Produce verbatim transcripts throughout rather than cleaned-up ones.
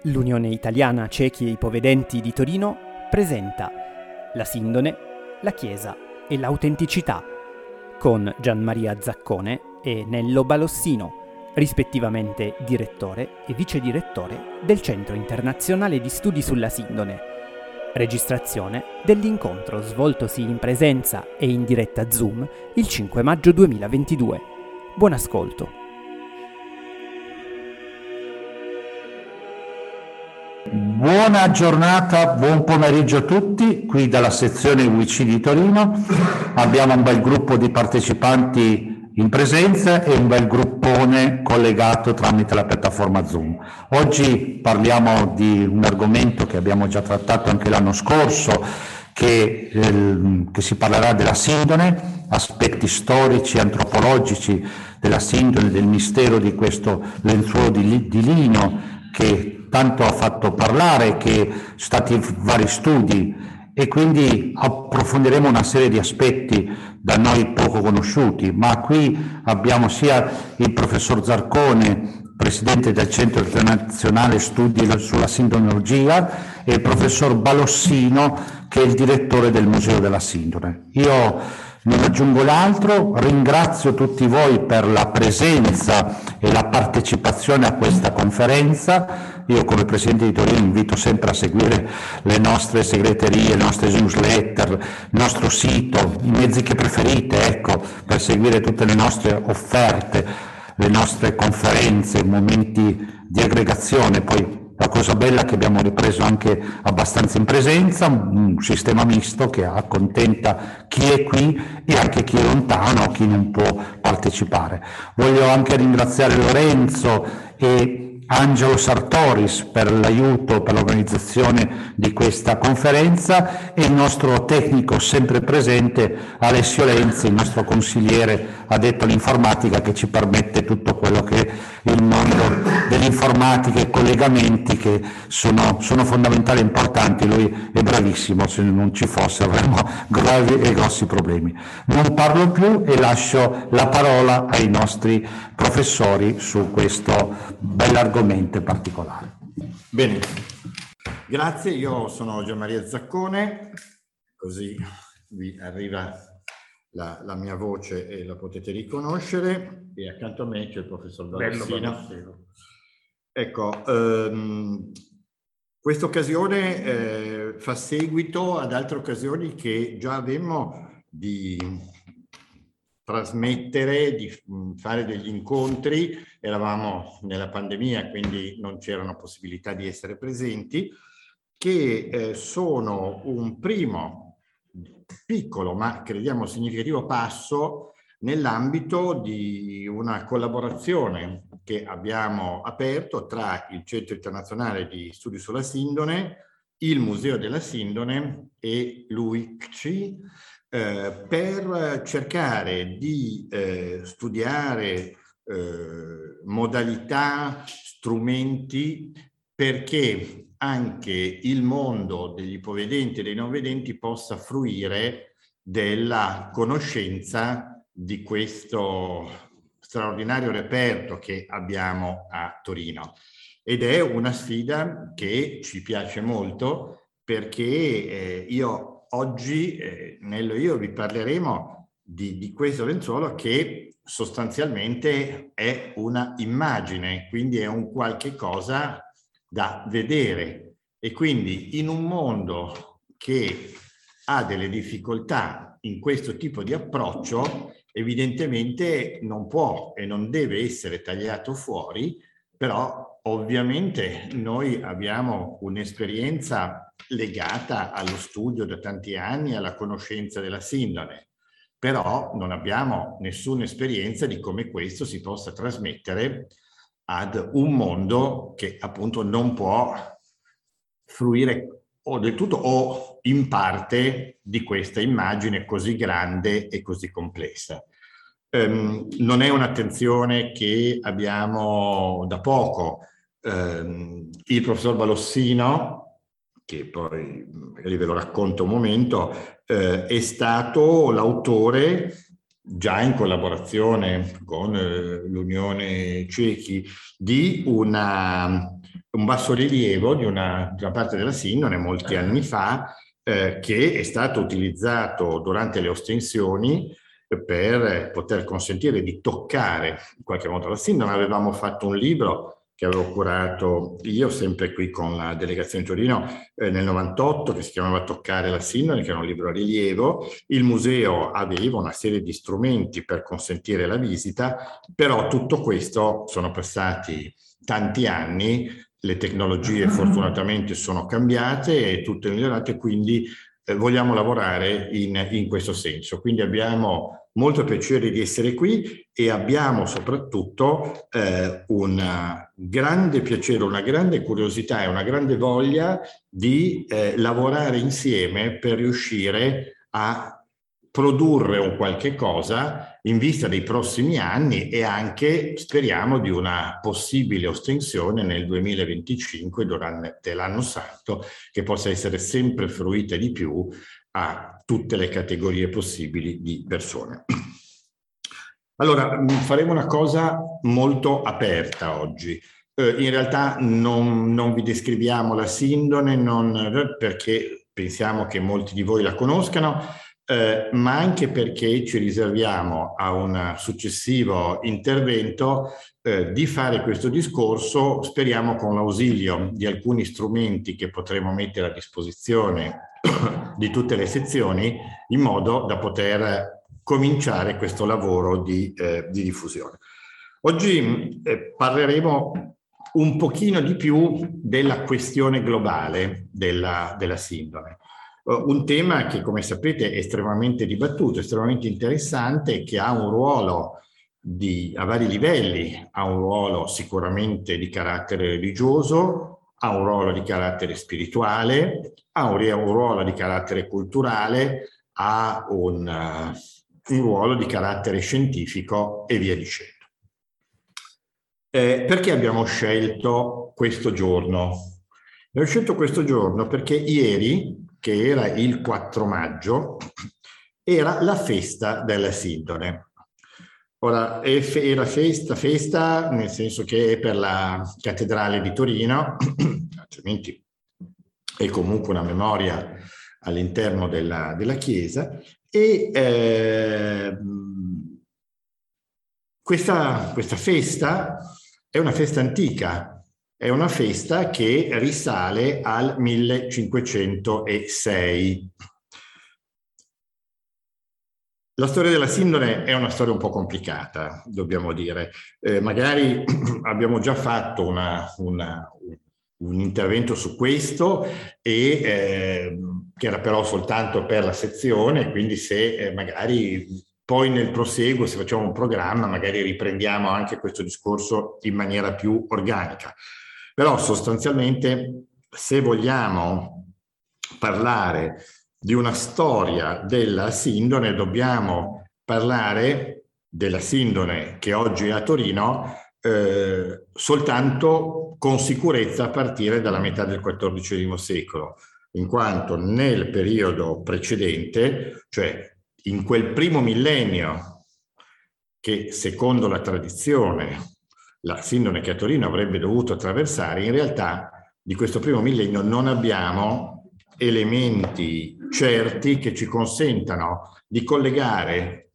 L'Unione Italiana Ciechi e Ipovedenti di Torino presenta La Sindone, la Chiesa e l'autenticità con Gianmaria Zaccone e Nello Balossino, rispettivamente direttore e vicedirettore del Centro Internazionale di Studi sulla Sindone. Registrazione dell'incontro svoltosi in presenza e in diretta Zoom il cinque maggio duemilaventidue. Buon ascolto. Buona giornata, buon pomeriggio a tutti. Qui dalla sezione U I C di Torino abbiamo un bel gruppo di partecipanti in presenza e un bel gruppone collegato tramite la piattaforma Zoom. Oggi parliamo di un argomento che abbiamo già trattato anche l'anno scorso, che, eh, che si parlerà della sindone, aspetti storici, antropologici della sindone, del mistero di questo lenzuolo di, di lino che tanto ha fatto parlare, che sono stati vari studi, e quindi approfondiremo una serie di aspetti da noi poco conosciuti, ma qui abbiamo sia il professor Zaccone, presidente del Centro Internazionale Studi sulla Sindonologia, e il professor Balossino, che è il direttore del Museo della Sindone. Io non aggiungo l'altro, ringrazio tutti voi per la presenza e la partecipazione a questa conferenza. Io come Presidente di Torino invito sempre a seguire le nostre segreterie, le nostre newsletter, il nostro sito, i mezzi che preferite, ecco, per seguire tutte le nostre offerte, le nostre conferenze, i momenti di aggregazione. Poi la cosa bella è che abbiamo ripreso anche abbastanza in presenza, un sistema misto che accontenta chi è qui e anche chi è lontano, chi non può partecipare. Voglio anche ringraziare Lorenzo e Angelo Sartoris per l'aiuto, per l'organizzazione di questa conferenza, e il nostro tecnico sempre presente Alessio Lenzi, il nostro consigliere addetto all'informatica, che ci permette tutto quello che è il mondo dell'informatica e collegamenti, che sono, sono fondamentali e importanti. Lui è bravissimo, se non ci fosse avremmo gravi e grossi problemi. Non parlo più e lascio la parola ai nostri professori su questo bell'argomento particolare. Bene, grazie. Io sono Gianmaria Zaccone, così vi arriva la, la mia voce e la potete riconoscere, e accanto a me c'è il professor Balossino. Ecco, ehm, questa occasione eh, fa seguito ad altre occasioni che già avemmo di trasmettere, di fare degli incontri. Eravamo nella pandemia, quindi non c'erano possibilità di essere presenti, che eh, sono un primo piccolo ma crediamo significativo passo nell'ambito di una collaborazione che abbiamo aperto tra il Centro Internazionale di Studi sulla Sindone, il Museo della Sindone e l'U I C eh, per cercare di eh, studiare eh, modalità, strumenti, perché anche il mondo degli ipovedenti e dei non vedenti possa fruire della conoscenza di questo straordinario reperto che abbiamo a Torino. Ed è una sfida che ci piace molto, perché eh, io oggi, eh, Nello e io, vi parleremo di, di questo lenzuolo che sostanzialmente è una immagine, quindi è un qualche cosa da vedere, e quindi in un mondo che ha delle difficoltà in questo tipo di approccio, evidentemente non può e non deve essere tagliato fuori. Però ovviamente noi abbiamo un'esperienza legata allo studio da tanti anni, alla conoscenza della sindone, però non abbiamo nessuna esperienza di come questo si possa trasmettere ad un mondo che appunto non può fruire o del tutto o in parte di questa immagine così grande e così complessa. Um, non è un'attenzione che abbiamo da poco. Um, il professor Balossino, che poi ve lo racconto un momento, eh, è stato l'autore, già in collaborazione con eh, l'Unione Ciechi, di una un bassorilievo di una, di una parte della sindone molti anni fa, eh, che è stato utilizzato durante le ostensioni per poter consentire di toccare in qualche modo la sindone. Avevamo fatto un libro che avevo curato io, sempre qui con la delegazione Torino, eh, nel novantotto, che si chiamava Toccare la sindone, che era un libro a rilievo. Il museo aveva una serie di strumenti per consentire la visita, però tutto questo, sono passati tanti anni, le tecnologie fortunatamente sono cambiate e tutto è migliorato, quindi eh, vogliamo lavorare in, in questo senso. Quindi abbiamo molto piacere di essere qui e abbiamo soprattutto eh, un grande piacere, una grande curiosità e una grande voglia di eh, lavorare insieme per riuscire a produrre un qualche cosa in vista dei prossimi anni e anche, speriamo, di una possibile ostensione nel duemilaventicinque, durante l'anno santo, che possa essere sempre fruita di più a tutte le categorie possibili di persone. Allora, faremo una cosa molto aperta oggi. Eh, in realtà non, non vi descriviamo la sindone, non, perché pensiamo che molti di voi la conoscano, eh, ma anche perché ci riserviamo a un successivo intervento eh, di fare questo discorso, speriamo con l'ausilio di alcuni strumenti che potremo mettere a disposizione di tutte le sezioni, in modo da poter cominciare questo lavoro di, eh, di diffusione. Oggi eh, parleremo un pochino di più della questione globale della, della sindone. Uh, un tema che, come sapete, è estremamente dibattuto, estremamente interessante, che ha un ruolo di, a vari livelli, ha un ruolo sicuramente di carattere religioso, ha un ruolo di carattere spirituale, ha un, un ruolo di carattere culturale, ha un, uh, un ruolo di carattere scientifico e via dicendo. Eh, perché abbiamo scelto questo giorno? Abbiamo scelto questo giorno perché ieri, che era il quattro maggio, era la festa della sindone. Ora, era festa, festa nel senso che è per la cattedrale di Torino, altrimenti è comunque una memoria all'interno della, della chiesa, e eh, questa, questa festa è una festa antica. È una festa che risale al millecinquecentosei. La storia della sindone è una storia un po' complicata, dobbiamo dire. Eh, magari abbiamo già fatto una, una, un intervento su questo, e, eh, che era però soltanto per la sezione, quindi se eh, magari poi nel proseguo, se facciamo un programma, magari riprendiamo anche questo discorso in maniera più organica. Però sostanzialmente, se vogliamo parlare di una storia della sindone, dobbiamo parlare della sindone che oggi è a Torino eh, soltanto con sicurezza a partire dalla metà del quattordicesimo secolo, in quanto nel periodo precedente, cioè in quel primo millennio che secondo la tradizione la sindone che a Torino avrebbe dovuto attraversare, in realtà di questo primo millennio non abbiamo elementi certi che ci consentano di collegare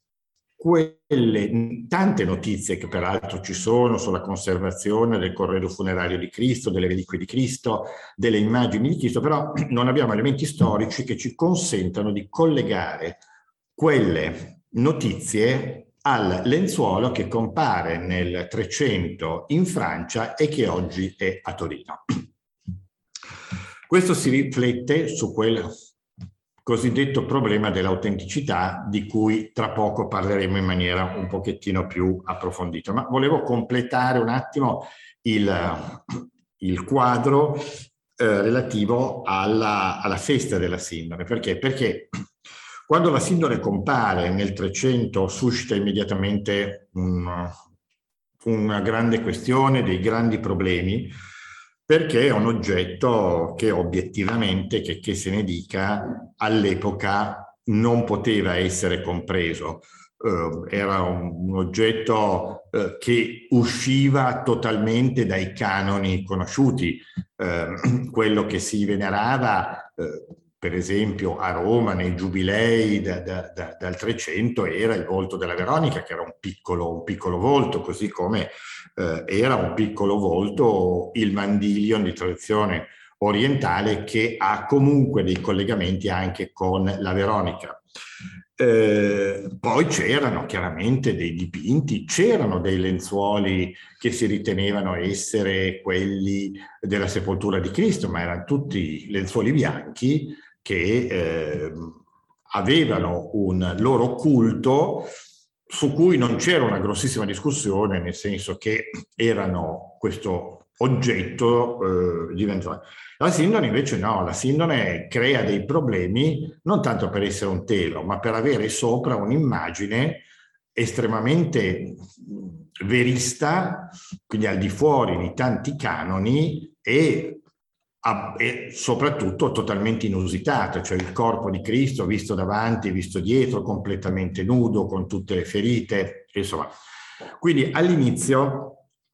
quelle tante notizie che peraltro ci sono sulla conservazione del corredo funerario di Cristo, delle reliquie di Cristo, delle immagini di Cristo, però non abbiamo elementi storici che ci consentano di collegare quelle notizie al lenzuolo che compare nel trecento in Francia e che oggi è a Torino. Questo si riflette su quel cosiddetto problema dell'autenticità, di cui tra poco parleremo in maniera un pochettino più approfondita. Ma volevo completare un attimo il, il quadro eh, relativo alla, alla festa della sindone. Perché? Perché quando la sindone compare nel trecento suscita immediatamente un, una grande questione, dei grandi problemi, perché è un oggetto che obiettivamente, che, che se ne dica, all'epoca non poteva essere compreso. eh, era un, un oggetto eh, che usciva totalmente dai canoni conosciuti. Eh, quello che si venerava, eh, per esempio a Roma nei giubilei da, da, da, dal trecento, era il volto della Veronica, che era un piccolo, un piccolo volto, così come eh, era un piccolo volto il Mandylion di tradizione orientale, che ha comunque dei collegamenti anche con la Veronica. Eh, poi c'erano chiaramente dei dipinti, c'erano dei lenzuoli che si ritenevano essere quelli della sepoltura di Cristo, ma erano tutti lenzuoli bianchi che eh, avevano un loro culto su cui non c'era una grossissima discussione, nel senso che erano questo oggetto eh, diventato. La sindone invece no, la sindone crea dei problemi non tanto per essere un telo, ma per avere sopra un'immagine estremamente verista, quindi al di fuori di tanti canoni e, e soprattutto totalmente inusitata, cioè il corpo di Cristo visto davanti, visto dietro, completamente nudo, con tutte le ferite, insomma. Quindi all'inizio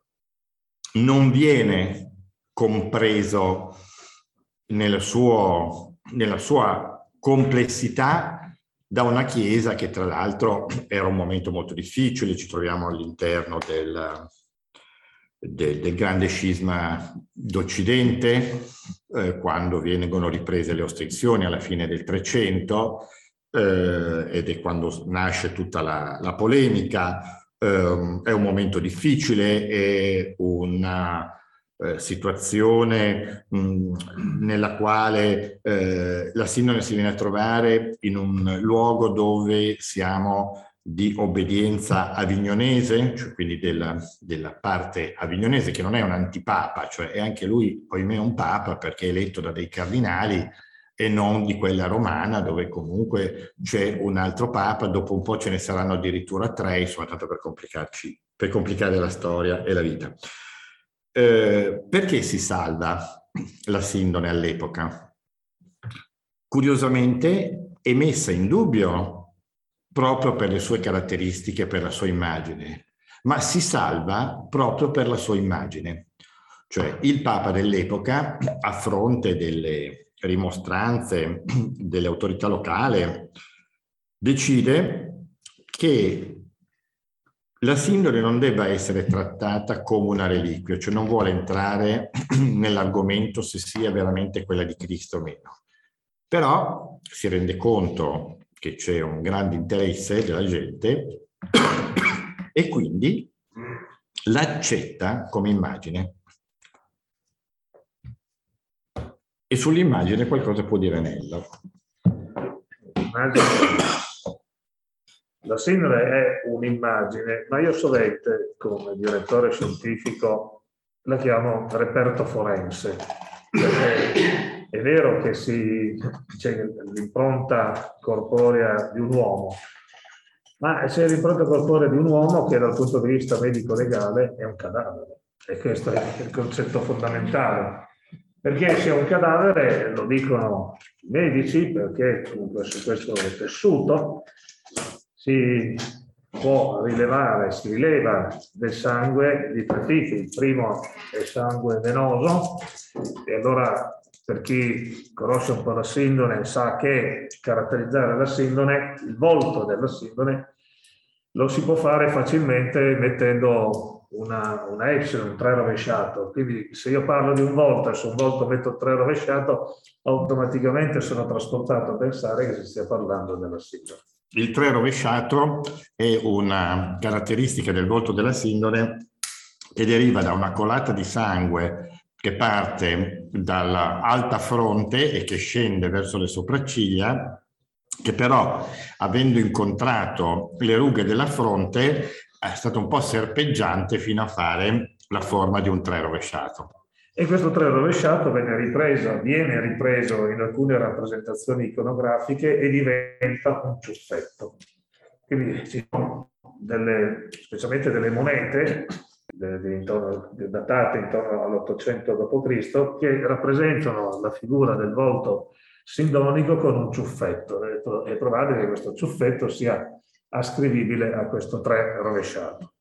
non viene compreso nel suo, nella sua complessità da una Chiesa che tra l'altro era un momento molto difficile. Ci troviamo all'interno del, del, del grande scisma d'Occidente, eh, quando vengono riprese le ostrizioni alla fine del trecento, eh, ed è quando nasce tutta la, la polemica. Eh, è un momento difficile, è una Eh, situazione mh, nella quale eh, la sindone si viene a trovare in un luogo dove siamo di obbedienza avignonese, cioè quindi della, della parte avignonese, che non è un antipapa, cioè è anche lui, ohimè, un papa perché è eletto da dei cardinali e non di quella romana, dove comunque c'è un altro papa. Dopo un po' ce ne saranno addirittura tre, insomma, tanto per complicarci, per complicare la storia e la vita. Eh, perché si salva la sindone all'epoca? Curiosamente è messa in dubbio proprio per le sue caratteristiche, per la sua immagine, ma si salva proprio per la sua immagine. Cioè il Papa dell'epoca, a fronte delle rimostranze delle autorità locali, decide che la sindone non debba essere trattata come una reliquia, cioè non vuole entrare nell'argomento se sia veramente quella di Cristo o meno. Però si rende conto che c'è un grande interesse della gente e quindi l'accetta come immagine. E sull'immagine qualcosa può dire Nello. La sindone è un'immagine, ma io sovente, come direttore scientifico, la chiamo reperto forense, perché è vero che si, c'è l'impronta corporea di un uomo, ma c'è l'impronta corporea di un uomo che dal punto di vista medico-legale è un cadavere, e questo è il concetto fondamentale. Perché sia un cadavere lo dicono i medici, perché comunque su questo tessuto si può rilevare, si rileva del sangue di tre tipi. Il primo è sangue venoso, e allora per chi conosce un po' la sindone sa che caratterizzare la sindone, il volto della sindone, lo si può fare facilmente mettendo una, una epsilon, un tre rovesciato. Quindi se io parlo di un volto e su un volto metto il tre rovesciato, automaticamente sono trasportato a pensare che si stia parlando della sindone. Il tre rovesciato è una caratteristica del volto della sindone che deriva da una colata di sangue che parte dall'alta fronte e che scende verso le sopracciglia, che però, avendo incontrato le rughe della fronte, è stato un po' serpeggiante fino a fare la forma di un tre rovesciato. E questo tre rovesciato viene ripreso, viene ripreso in alcune rappresentazioni iconografiche e diventa un ciuffetto. Quindi ci sono delle, specialmente delle monete de, de intorno, de, datate intorno all'ottocento dopo Cristo che rappresentano la figura del volto sindonico con un ciuffetto. È probabile che questo ciuffetto sia ascrivibile a questo tre rovesciato.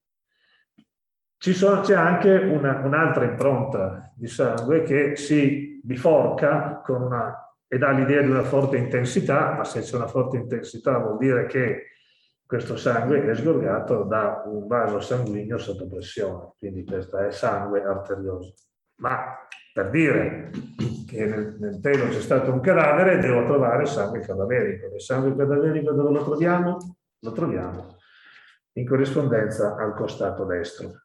C'è anche un'altra impronta di sangue che si biforca con una, e dà l'idea di una forte intensità, ma se c'è una forte intensità vuol dire che questo sangue è sgorgato da un vaso sanguigno sotto pressione, quindi questo è sangue arterioso. Ma per dire che nel, nel telo c'è stato un cadavere, devo trovare sangue cadaverico. Il sangue cadaverico dove lo troviamo? Lo troviamo in corrispondenza al costato destro.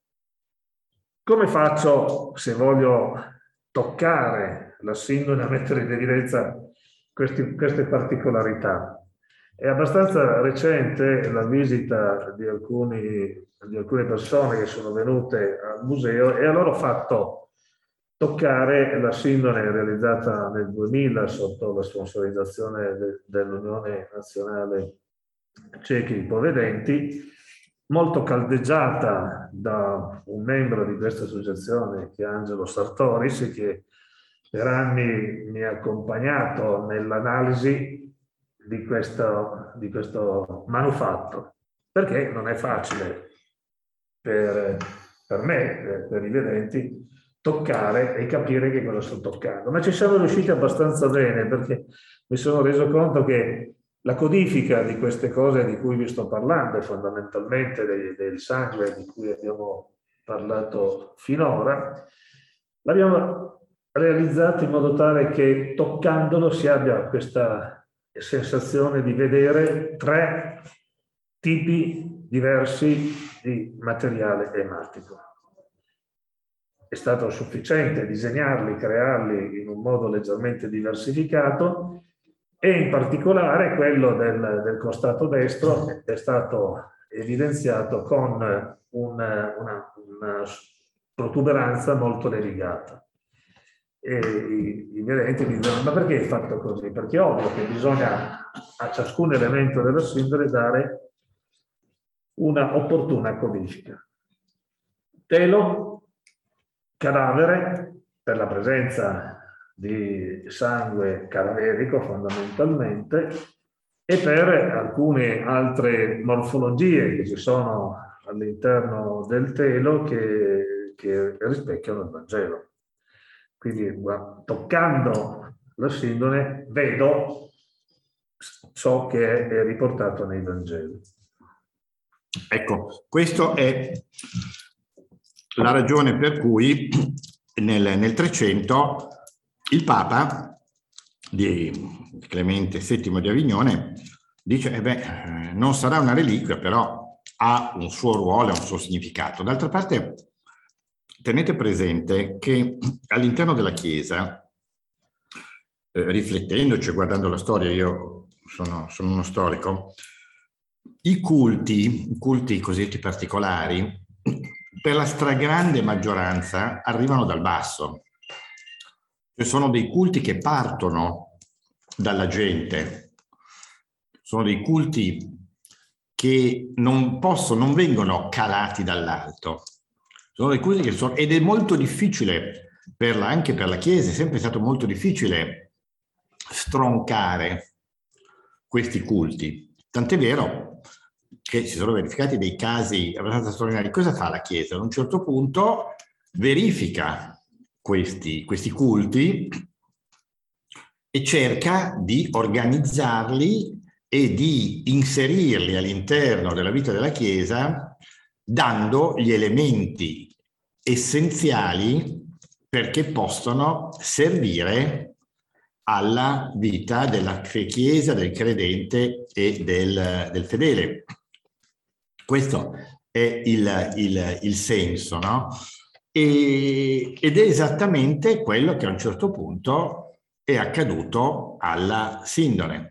Come faccio, se voglio toccare la sindone, a mettere in evidenza questi, queste particolarità? È abbastanza recente la visita di, alcuni, di alcune persone che sono venute al museo e a loro ho fatto toccare la sindone realizzata nel duemila sotto la sponsorizzazione de, dell'Unione Nazionale Ciechi Ipovedenti, molto caldeggiata da un membro di questa associazione che è Angelo Sartoris, che per anni mi ha accompagnato nell'analisi di questo, di questo manufatto, perché non è facile per, per me, per i vedenti, toccare e capire che cosa sto toccando. Ma ci siamo riusciti abbastanza bene, perché mi sono reso conto che la codifica di queste cose di cui vi sto parlando, fondamentalmente del, del sangue di cui abbiamo parlato finora, l'abbiamo realizzato in modo tale che toccandolo si abbia questa sensazione di vedere tre tipi diversi di materiale ematico. È stato sufficiente disegnarli, crearli in un modo leggermente diversificato, e in particolare quello del, del costato destro è stato evidenziato con una, una, una protuberanza molto levigata. E i, i vedenti mi dicono: ma perché è fatto così? Perché è ovvio che bisogna a ciascun elemento della sindone dare una opportuna codifica. Telo, cadavere, per la presenza di sangue cadaverico fondamentalmente, e per alcune altre morfologie che ci sono all'interno del telo che, che rispecchiano il Vangelo. Quindi toccando la sindone vedo ciò che è riportato nei Vangeli. Ecco, questa è la ragione per cui nel, nel trecento il Papa di Clemente settimo di Avignone dice: eh beh, non sarà una reliquia, però ha un suo ruolo, un suo significato. D'altra parte, tenete presente che all'interno della Chiesa, eh, riflettendoci, guardando la storia, io sono, sono uno storico, i culti, i culti cosiddetti particolari, per la stragrande maggioranza arrivano dal basso. Ci sono dei culti che partono dalla gente, sono dei culti che non possono, non vengono calati dall'alto. Sono dei culti che sono, ed è molto difficile, per la, anche per la Chiesa, è sempre stato molto difficile stroncare questi culti. Tant'è vero che si sono verificati dei casi abbastanza straordinari. Cosa fa la Chiesa? A un certo punto verifica questi, questi culti e cerca di organizzarli e di inserirli all'interno della vita della Chiesa, dando gli elementi essenziali perché possono servire alla vita della Chiesa, del credente e del, del fedele. Questo è il, il, il senso, no? E, ed è esattamente quello che a un certo punto è accaduto alla sindone.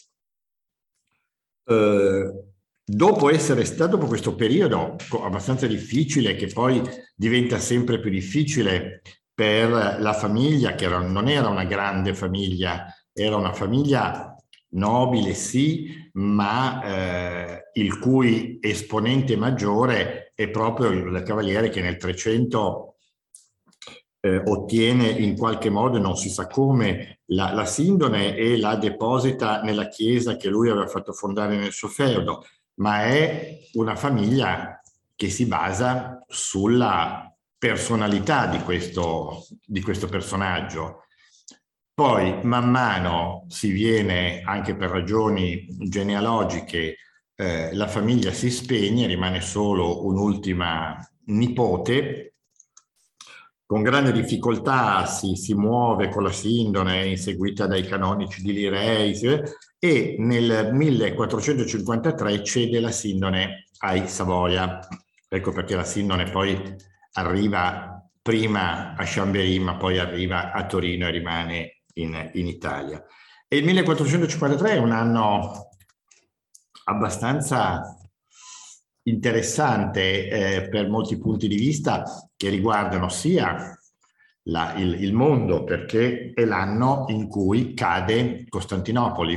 Eh, dopo essere stato, dopo questo periodo abbastanza difficile, che poi diventa sempre più difficile per la famiglia, che era, non era una grande famiglia, era una famiglia nobile sì, ma eh, il cui esponente maggiore è proprio il cavaliere che nel trecento eh, ottiene in qualche modo, non si sa come, la, la sindone e la deposita nella chiesa che lui aveva fatto fondare nel suo feudo. ma è una famiglia che si basa sulla personalità di questo, di questo personaggio. Poi man mano si viene, anche per ragioni genealogiche, eh, la famiglia si spegne, rimane solo un'ultima nipote. Con grande difficoltà si, si muove con la Sindone, inseguita dai canonici di Lirei, e nel millequattrocentocinquantatré cede la Sindone ai Savoia. Ecco perché la Sindone poi arriva prima a Chambéry, ma poi arriva a Torino e rimane in, in Italia. E il millequattrocentocinquantatré è un anno abbastanza interessante eh, per molti punti di vista, che riguardano sia la, il, il mondo, perché è l'anno in cui cade Costantinopoli.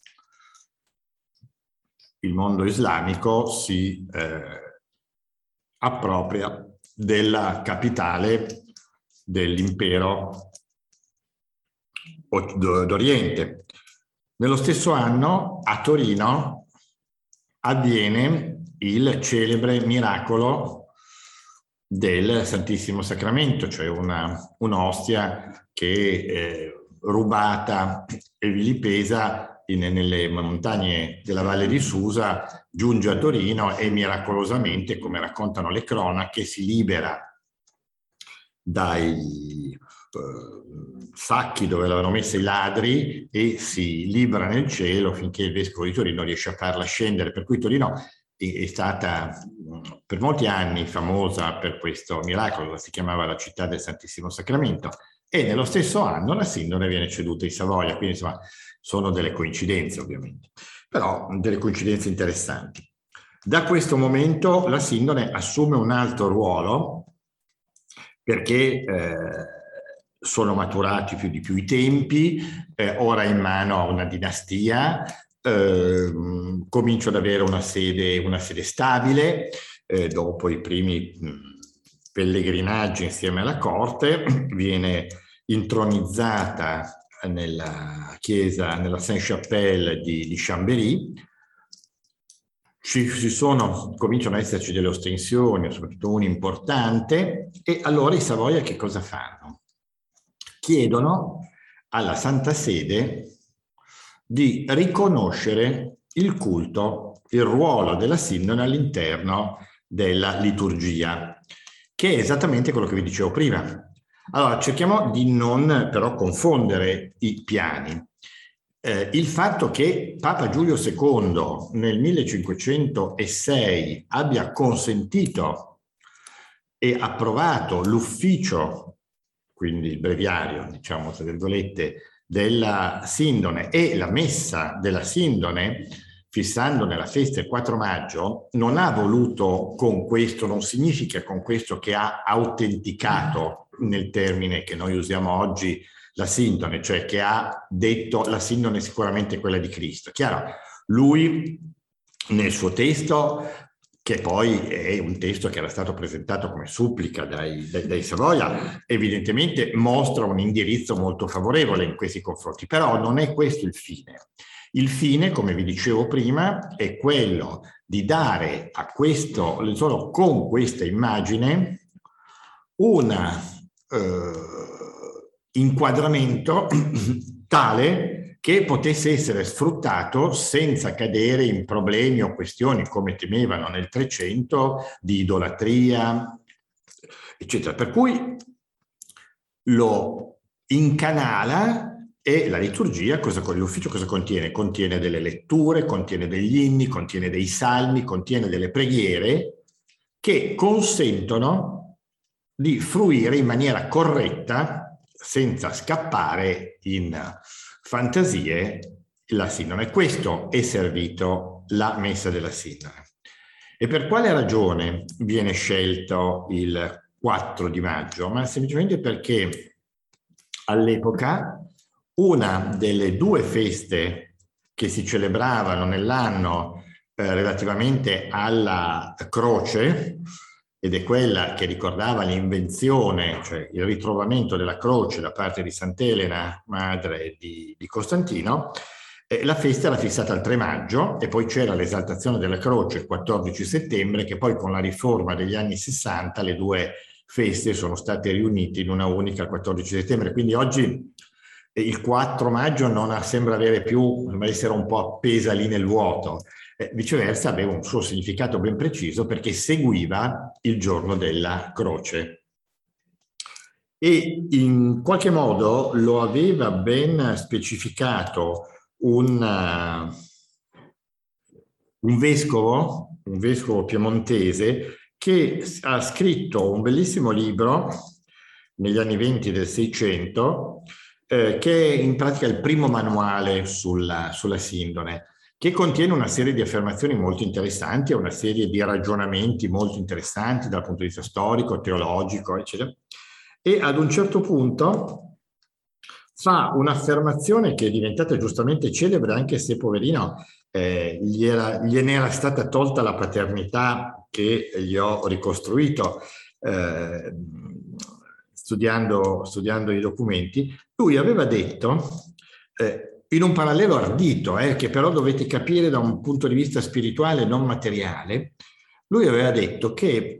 Il mondo islamico si eh, appropria della capitale dell'impero d'Oriente. Nello stesso anno a Torino avviene il celebre miracolo del Santissimo Sacramento, cioè una, un'ostia che eh, rubata e vilipesa in, nelle montagne della Valle di Susa giunge a Torino e miracolosamente, come raccontano le cronache, si libera dai eh, sacchi dove l'avevano messa i ladri e si libera nel cielo finché il vescovo di Torino riesce a farla scendere. Per cui Torino è stata per molti anni famosa per questo miracolo, si chiamava la città del Santissimo Sacramento, e nello stesso anno la Sindone viene ceduta ai Savoia, quindi insomma sono delle coincidenze ovviamente, però delle coincidenze interessanti. Da questo momento la Sindone assume un altro ruolo, perché eh, sono maturati più di più i tempi, eh, ora è in mano a una dinastia, eh, comincio ad avere una sede, una sede stabile, eh, dopo i primi mh, pellegrinaggi insieme alla corte, viene intronizzata nella chiesa, nella Sainte-Chapelle di, di Chambéry. Ci, ci sono, cominciano ad esserci delle ostensioni, soprattutto una importante, e allora i Savoia che cosa fanno? Chiedono alla Santa Sede di riconoscere il culto, il ruolo della Sindone all'interno della liturgia, che è esattamente quello che vi dicevo prima. Allora, cerchiamo di non però confondere i piani. Eh, il fatto che Papa Giulio secondo nel millecinquecentosei abbia consentito e approvato l'ufficio, quindi il breviario, diciamo tra virgolette, della Sindone e la messa della Sindone, fissandone la festa il quattro maggio, non ha voluto con questo, non significa con questo che ha autenticato, nel termine che noi usiamo oggi, la Sindone, cioè che ha detto la Sindone è sicuramente quella di Cristo. Chiaro, lui nel suo testo, che poi è un testo che era stato presentato come supplica dai, dai, dai Savoia, evidentemente mostra un indirizzo molto favorevole in questi confronti, però non è questo il fine. Il fine, come vi dicevo prima, è quello di dare a questo, solo con questa immagine, una eh, inquadramento tale che potesse essere sfruttato senza cadere in problemi o questioni, come temevano nel Trecento, di idolatria, eccetera. Per cui lo incanala. E la liturgia, cosa, l'ufficio cosa contiene? Contiene delle letture, contiene degli inni, contiene dei salmi, contiene delle preghiere che consentono di fruire in maniera corretta, senza scappare in fantasie, la Sindone. Questo è servito la messa della Sindone. E per quale ragione viene scelto il quattro di maggio? Ma semplicemente perché all'epoca una delle due feste che si celebravano nell'anno eh, relativamente alla croce, ed è quella che ricordava l'invenzione, cioè il ritrovamento della croce da parte di Sant'Elena, madre di, di Costantino, Eh, la festa era fissata al tre maggio e poi c'era l'esaltazione della croce il quattordici settembre, che poi con la riforma degli anni sessanta le due feste sono state riunite in una unica il quattordici settembre. Quindi oggi eh, il quattro maggio non sembra avere più, sembra essere un po' appesa lì nel vuoto. Eh, viceversa aveva un suo significato ben preciso perché seguiva il giorno della croce. E in qualche modo lo aveva ben specificato un, uh, un vescovo, un vescovo piemontese che ha scritto un bellissimo libro negli anni venti del Seicento, eh, che è in pratica il primo manuale sulla, sulla sindone, che contiene una serie di affermazioni molto interessanti e una serie di ragionamenti molto interessanti dal punto di vista storico, teologico, eccetera. E ad un certo punto fa un'affermazione che è diventata giustamente celebre, anche se, poverino, eh, gli era, gliene era stata tolta la paternità che gli ho ricostruito eh, studiando, studiando i documenti. Lui aveva detto, eh, in un parallelo ardito, eh, che però dovete capire da un punto di vista spirituale, non materiale, lui aveva detto che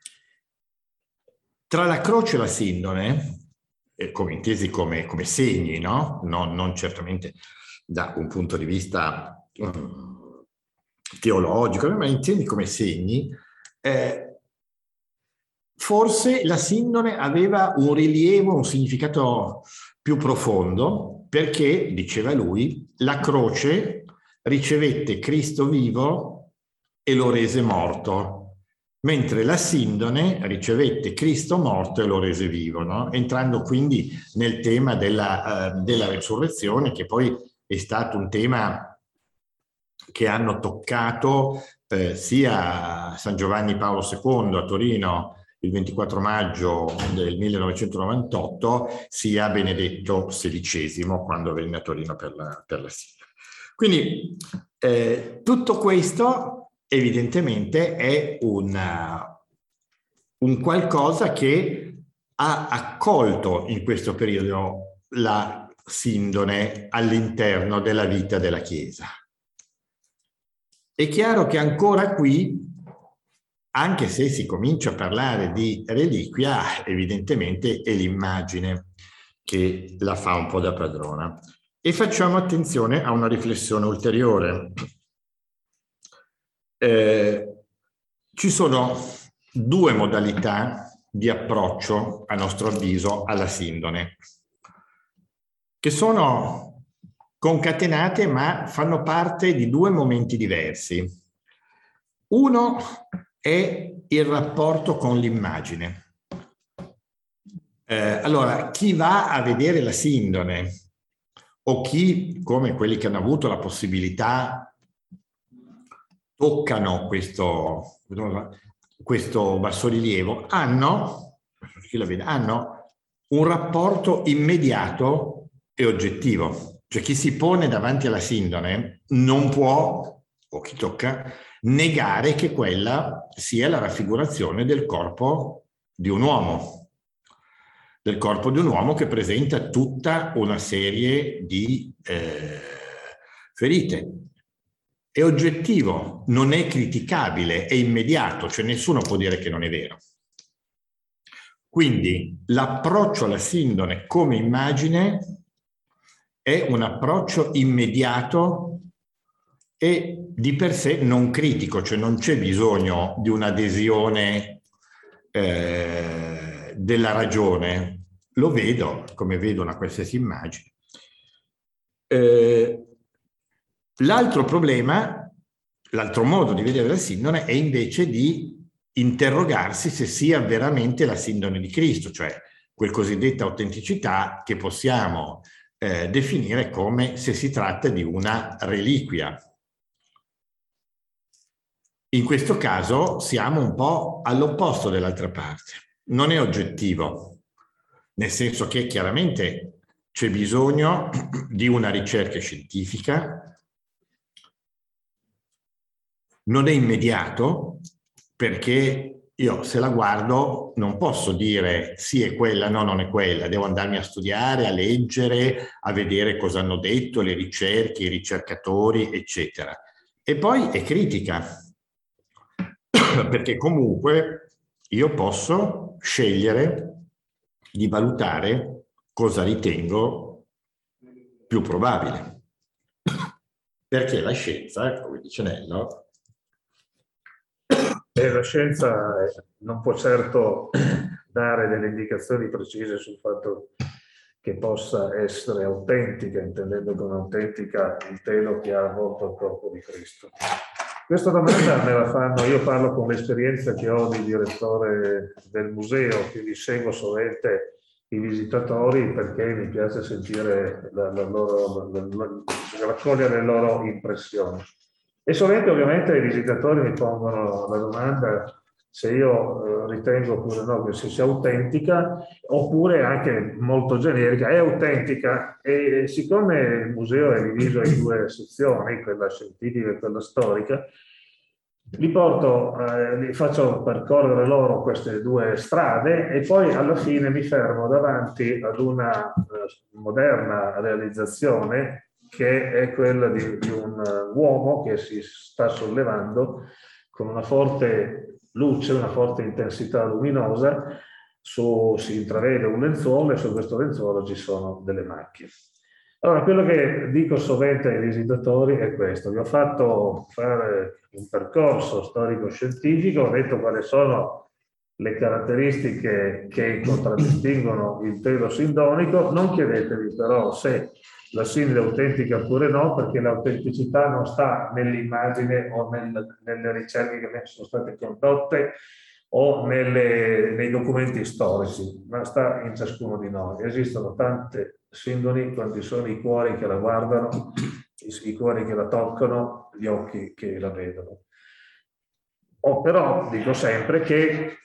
tra la croce e la sindone, eh, come intesi come, come segni, no? Non, non certamente da un punto di vista um, teologico, ma intesi come segni, eh, forse la sindone aveva un rilievo, un significato più profondo, perché, diceva lui, la croce ricevette Cristo vivo e lo rese morto, mentre la sindone ricevette Cristo morto e lo rese vivo, no? Entrando quindi nel tema della, uh, della resurrezione, che poi è stato un tema che hanno toccato eh, sia San Giovanni Paolo secondo a Torino il ventiquattro maggio del millenovecentonovantotto, sia Benedetto sedicesimo quando venne a Torino per la, per la sindone. Quindi eh, tutto questo evidentemente è una, un qualcosa che ha accolto in questo periodo la sindone all'interno della vita della Chiesa. È chiaro che ancora qui, anche se si comincia a parlare di reliquia, evidentemente è l'immagine che la fa un po' da padrona. E facciamo attenzione a una riflessione ulteriore. Eh, ci sono due modalità di approccio, a nostro avviso, alla sindone, che sono concatenate ma fanno parte di due momenti diversi. Uno è il rapporto con l'immagine. Eh, allora, chi va a vedere la sindone o chi, come quelli che hanno avuto la possibilità, toccano questo, questo bassorilievo, hanno, chi la vede, hanno un rapporto immediato e oggettivo. Cioè chi si pone davanti alla sindone non può, o chi tocca, negare che quella sia la raffigurazione del corpo di un uomo, del corpo di un uomo che presenta tutta una serie di eh, ferite. È oggettivo, non è criticabile, è immediato, cioè nessuno può dire che non è vero. Quindi l'approccio alla sindone come immagine è un approccio immediato e di per sé non critico, cioè non c'è bisogno di un'adesione eh, della ragione. Lo vedo come vedo una qualsiasi immagine. Eh, L'altro problema, l'altro modo di vedere la sindone è invece di interrogarsi se sia veramente la sindone di Cristo, cioè quel cosiddetta autenticità che possiamo eh, definire come se si tratta di una reliquia. In questo caso siamo un po' all'opposto dell'altra parte. Non è oggettivo, nel senso che chiaramente c'è bisogno di una ricerca scientifica. Non è immediato perché io se la guardo non posso dire sì è quella, no non è quella, devo andarmi a studiare, a leggere, a vedere cosa hanno detto, le ricerche, i ricercatori, eccetera. E poi è critica, perché comunque io posso scegliere di valutare cosa ritengo più probabile. Perché la scienza, come dice Nello, e la scienza non può certo dare delle indicazioni precise sul fatto che possa essere autentica, intendendo con autentica il telo che ha avvolto il corpo di Cristo. Questa domanda me la fanno, io parlo con l'esperienza che ho di direttore del museo, quindi seguo sovente i visitatori perché mi piace sentire la, la loro, la, la, raccogliere le loro impressioni. E sovente ovviamente i visitatori mi pongono la domanda se io eh, ritengo oppure no che sia autentica, oppure anche molto generica, è autentica. E siccome il museo è diviso in due sezioni, quella scientifica e quella storica, li porto, eh, li faccio percorrere loro queste due strade e poi alla fine mi fermo davanti ad una eh, moderna realizzazione che è quella di, di un uomo che si sta sollevando con una forte luce, una forte intensità luminosa, su, si intravede un lenzuolo e su questo lenzuolo ci sono delle macchie. Allora, quello che dico sovente ai visitatori è questo: vi ho fatto fare un percorso storico-scientifico, ho detto quali sono le caratteristiche che contraddistinguono il telo sindonico, non chiedetevi però se la sindone è autentica oppure no, perché l'autenticità non sta nell'immagine o nel, nelle ricerche che sono state condotte o nelle, nei documenti storici, ma sta in ciascuno di noi. Esistono tante sindoni quanti sono i cuori che la guardano, i, i cuori che la toccano, gli occhi che la vedono. O però dico sempre che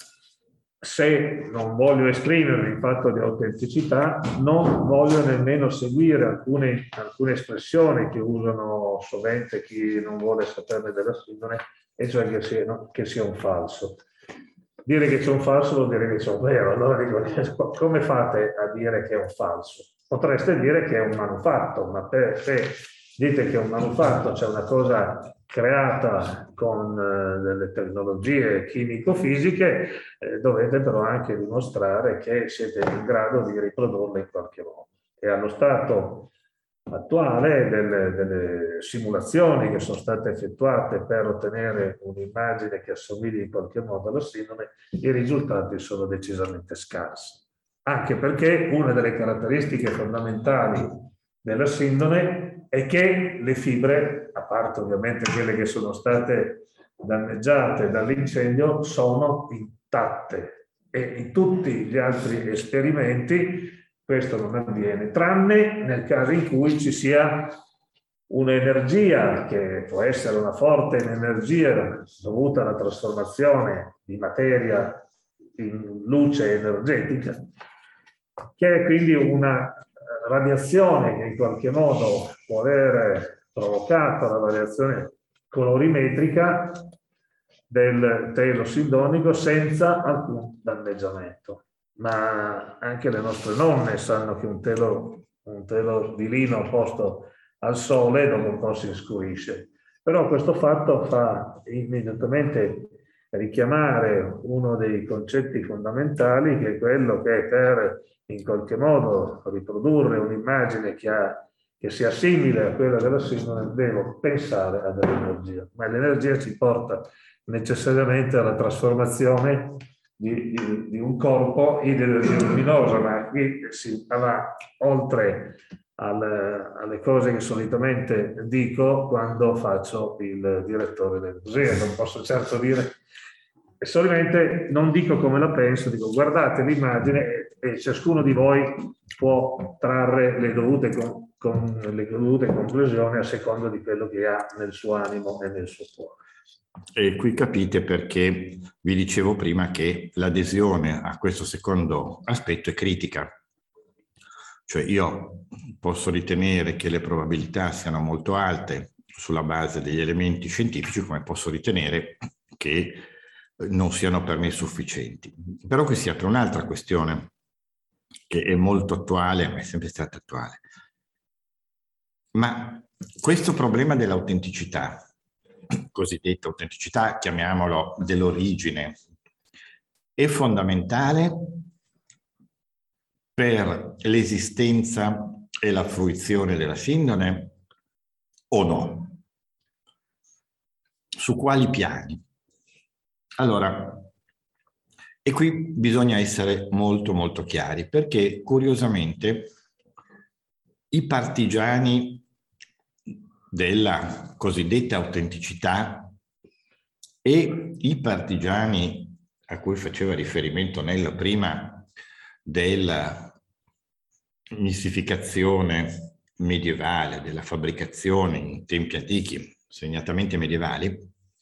se non voglio esprimere il fatto di autenticità, non voglio nemmeno seguire alcune, alcune espressioni che usano sovente chi non vuole saperne della sindone, e cioè che sia, no? che sia un falso. Dire che c'è un falso vuol dire che c'è un vero. Allora dico, come fate a dire che è un falso? Potreste dire che è un manufatto, ma per, se dite che è un manufatto, c'è una cosa creata con eh, delle tecnologie chimico-fisiche, eh, dovete però anche dimostrare che siete in grado di riprodurle in qualche modo. E allo stato attuale delle, delle simulazioni che sono state effettuate per ottenere un'immagine che assomigli in qualche modo alla sindone, i risultati sono decisamente scarsi. Anche perché una delle caratteristiche fondamentali della sindone è che le fibre, a parte ovviamente quelle che sono state danneggiate dall'incendio, sono intatte, e in tutti gli altri esperimenti questo non avviene, tranne nel caso in cui ci sia un'energia che può essere una forte energia dovuta alla trasformazione di materia in luce energetica, che è quindi una radiazione che in qualche modo può aver provocato la variazione colorimetrica del telo sindonico senza alcun danneggiamento. Ma anche le nostre nonne sanno che un telo, un telo di lino posto al sole dopo un po' si inscurisce. Però questo fatto fa immediatamente richiamare uno dei concetti fondamentali, che è quello che per in qualche modo riprodurre un'immagine che, ha, che sia simile a quella della sindone, devo pensare a dell'energia. Ma l'energia ci porta necessariamente alla trasformazione Di, di, di un corpo in energia luminosa, ma qui si va oltre al, alle cose che solitamente dico quando faccio il direttore del museo. Non posso certo dire, e solitamente non dico come la penso, dico guardate l'immagine e, e ciascuno di voi può trarre le dovute, con, con, le dovute conclusioni a seconda di quello che ha nel suo animo e nel suo cuore. E qui capite perché vi dicevo prima che l'adesione a questo secondo aspetto è critica. Cioè io posso ritenere che le probabilità siano molto alte sulla base degli elementi scientifici, come posso ritenere che non siano per me sufficienti. Però qui si apre un'altra questione che è molto attuale, ma è sempre stata attuale. Ma questo problema dell'autenticità, cosiddetta autenticità, chiamiamolo dell'origine, è fondamentale per l'esistenza e la fruizione della sindone o no? Su quali piani? Allora, e qui bisogna essere molto molto chiari, perché curiosamente i partigiani della cosiddetta autenticità e i partigiani a cui faceva riferimento Nello prima della mistificazione medievale, della fabbricazione in tempi antichi, segnatamente medievali,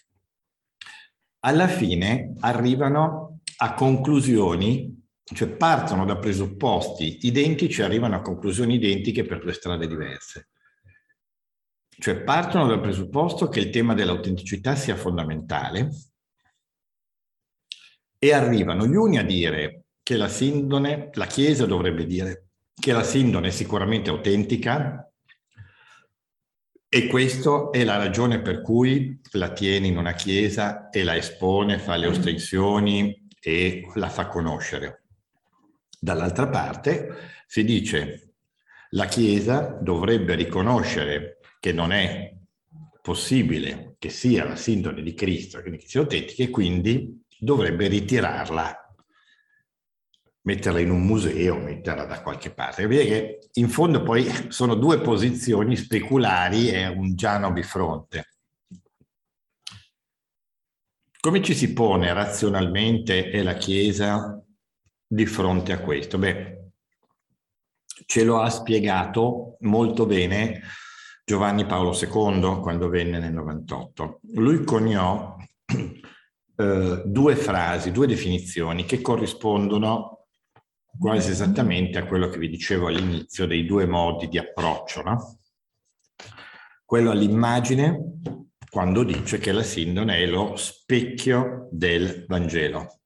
alla fine arrivano a conclusioni, cioè partono da presupposti identici e arrivano a conclusioni identiche per due strade diverse. Cioè partono dal presupposto che il tema dell'autenticità sia fondamentale e arrivano gli uni a dire che la sindone, la Chiesa dovrebbe dire che la sindone è sicuramente autentica e questa è la ragione per cui la tiene in una chiesa e la espone, fa le ostensioni e la fa conoscere. Dall'altra parte si dice la Chiesa dovrebbe riconoscere che non è possibile che sia la sindone di Cristo, quindi che sia autentica, e quindi dovrebbe ritirarla, metterla in un museo, metterla da qualche parte. Vedete che in fondo poi sono due posizioni speculari e un Giano bifronte. Come ci si pone razionalmente e la Chiesa di fronte a questo? Beh, ce lo ha spiegato molto bene Giovanni Paolo secondo quando venne nel novantotto. Lui coniò eh, due frasi, due definizioni che corrispondono quasi esattamente a quello che vi dicevo all'inizio dei due modi di approccio, no? Quello all'immagine, quando dice che la sindone è lo specchio del Vangelo.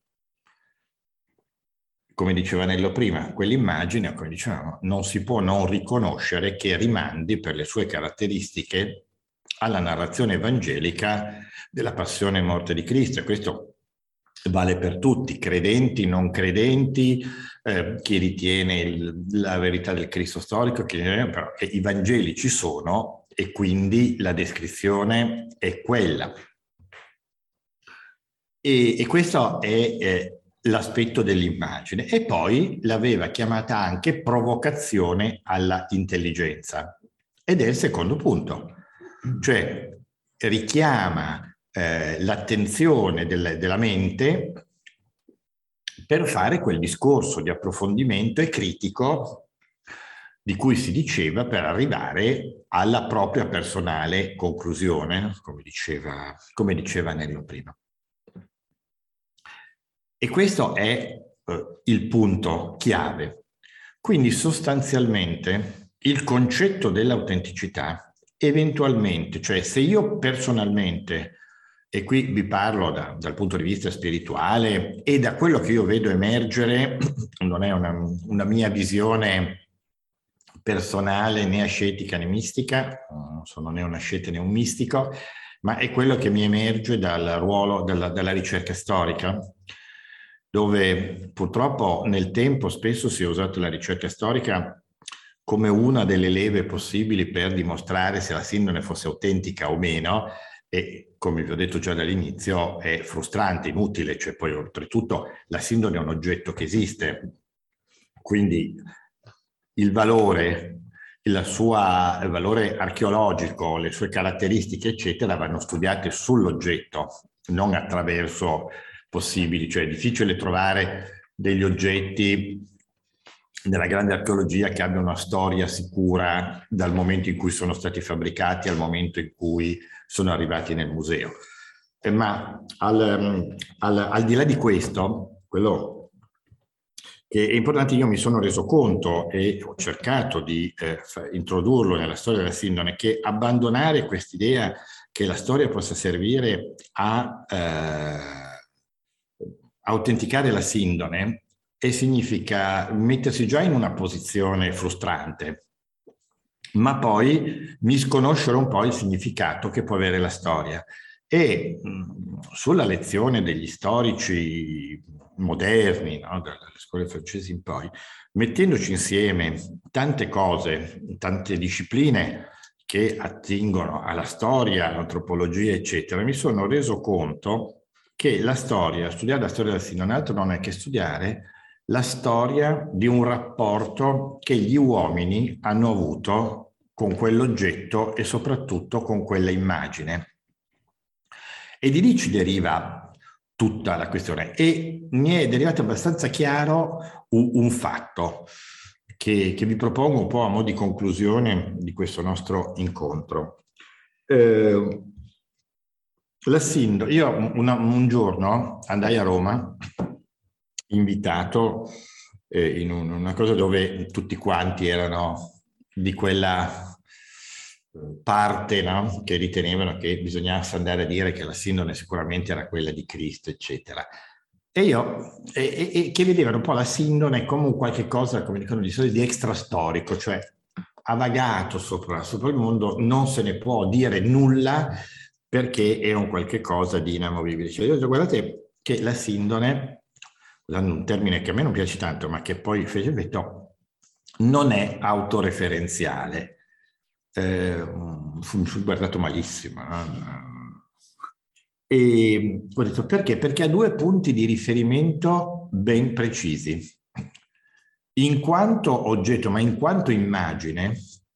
Come diceva Nello prima, quell'immagine, come dicevamo, non si può non riconoscere che rimandi per le sue caratteristiche alla narrazione evangelica della passione e morte di Cristo. E questo vale per tutti, credenti, non credenti, eh, chi ritiene il, la verità del Cristo storico, chi, però che i Vangeli ci sono e quindi la descrizione è quella. E, e questo è eh, l'aspetto dell'immagine. E poi l'aveva chiamata anche provocazione alla intelligenza. Ed è il secondo punto, cioè richiama Eh, l'attenzione del, della mente per fare quel discorso di approfondimento e critico di cui si diceva per arrivare alla propria personale conclusione, come diceva, come diceva Nello prima. E questo è eh, il punto chiave. Quindi sostanzialmente il concetto dell'autenticità eventualmente, cioè se io personalmente, e qui vi parlo da, dal punto di vista spirituale e da quello che io vedo emergere, non è una, una mia visione personale né ascetica né mistica, non sono né un ascete né un mistico, ma è quello che mi emerge dal ruolo della, della ricerca storica, dove purtroppo nel tempo spesso si è usato la ricerca storica come una delle leve possibili per dimostrare se la sindone fosse autentica o meno. E come vi ho detto già dall'inizio è frustrante, inutile, cioè poi oltretutto la sindone è un oggetto che esiste, quindi il valore, il, sua, il valore archeologico, le sue caratteristiche eccetera vanno studiate sull'oggetto, non attraverso possibili, cioè è difficile trovare degli oggetti nella grande archeologia che abbiano una storia sicura dal momento in cui sono stati fabbricati al momento in cui sono arrivati nel museo. Eh, ma al, al, al di là di questo, quello che è importante, io mi sono reso conto e ho cercato di eh, introdurlo nella storia della sindone, che abbandonare quest'idea che la storia possa servire a, eh, autenticare la sindone e significa mettersi già in una posizione frustrante, ma poi misconoscere un po' il significato che può avere la storia. E mh, sulla lezione degli storici moderni, no, dalle scuole francesi in poi, mettendoci insieme tante cose, tante discipline che attingono alla storia, all'antropologia, eccetera, mi sono reso conto che la storia, studiare la storia del Sindone, altro non è che studiare la storia di un rapporto che gli uomini hanno avuto con quell'oggetto e soprattutto con quella immagine. E di lì ci deriva tutta la questione. E mi è derivato abbastanza chiaro un, un fatto che, che vi propongo un po' a mo' di conclusione di questo nostro incontro. Eh, la Sindone, io una, un giorno andai a Roma, invitato eh, in un, una cosa dove tutti quanti erano di quella parte, no? Che ritenevano che bisognasse andare a dire che la Sindone sicuramente era quella di Cristo, eccetera. E io, e, e, che vedevano un po' la Sindone come un qualche cosa, come dicono di solito, di extrastorico, cioè ha vagato sopra, sopra il mondo, non se ne può dire nulla perché è un qualche cosa di inamovibile. Cioè, io, guardate che la Sindone, usando un termine che a me non piace tanto, ma che poi fece effetto, non è autoreferenziale. Eh, fu, fu guardato malissimo. No? E ho detto perché? Perché ha due punti di riferimento ben precisi. In quanto oggetto, ma in quanto immagine,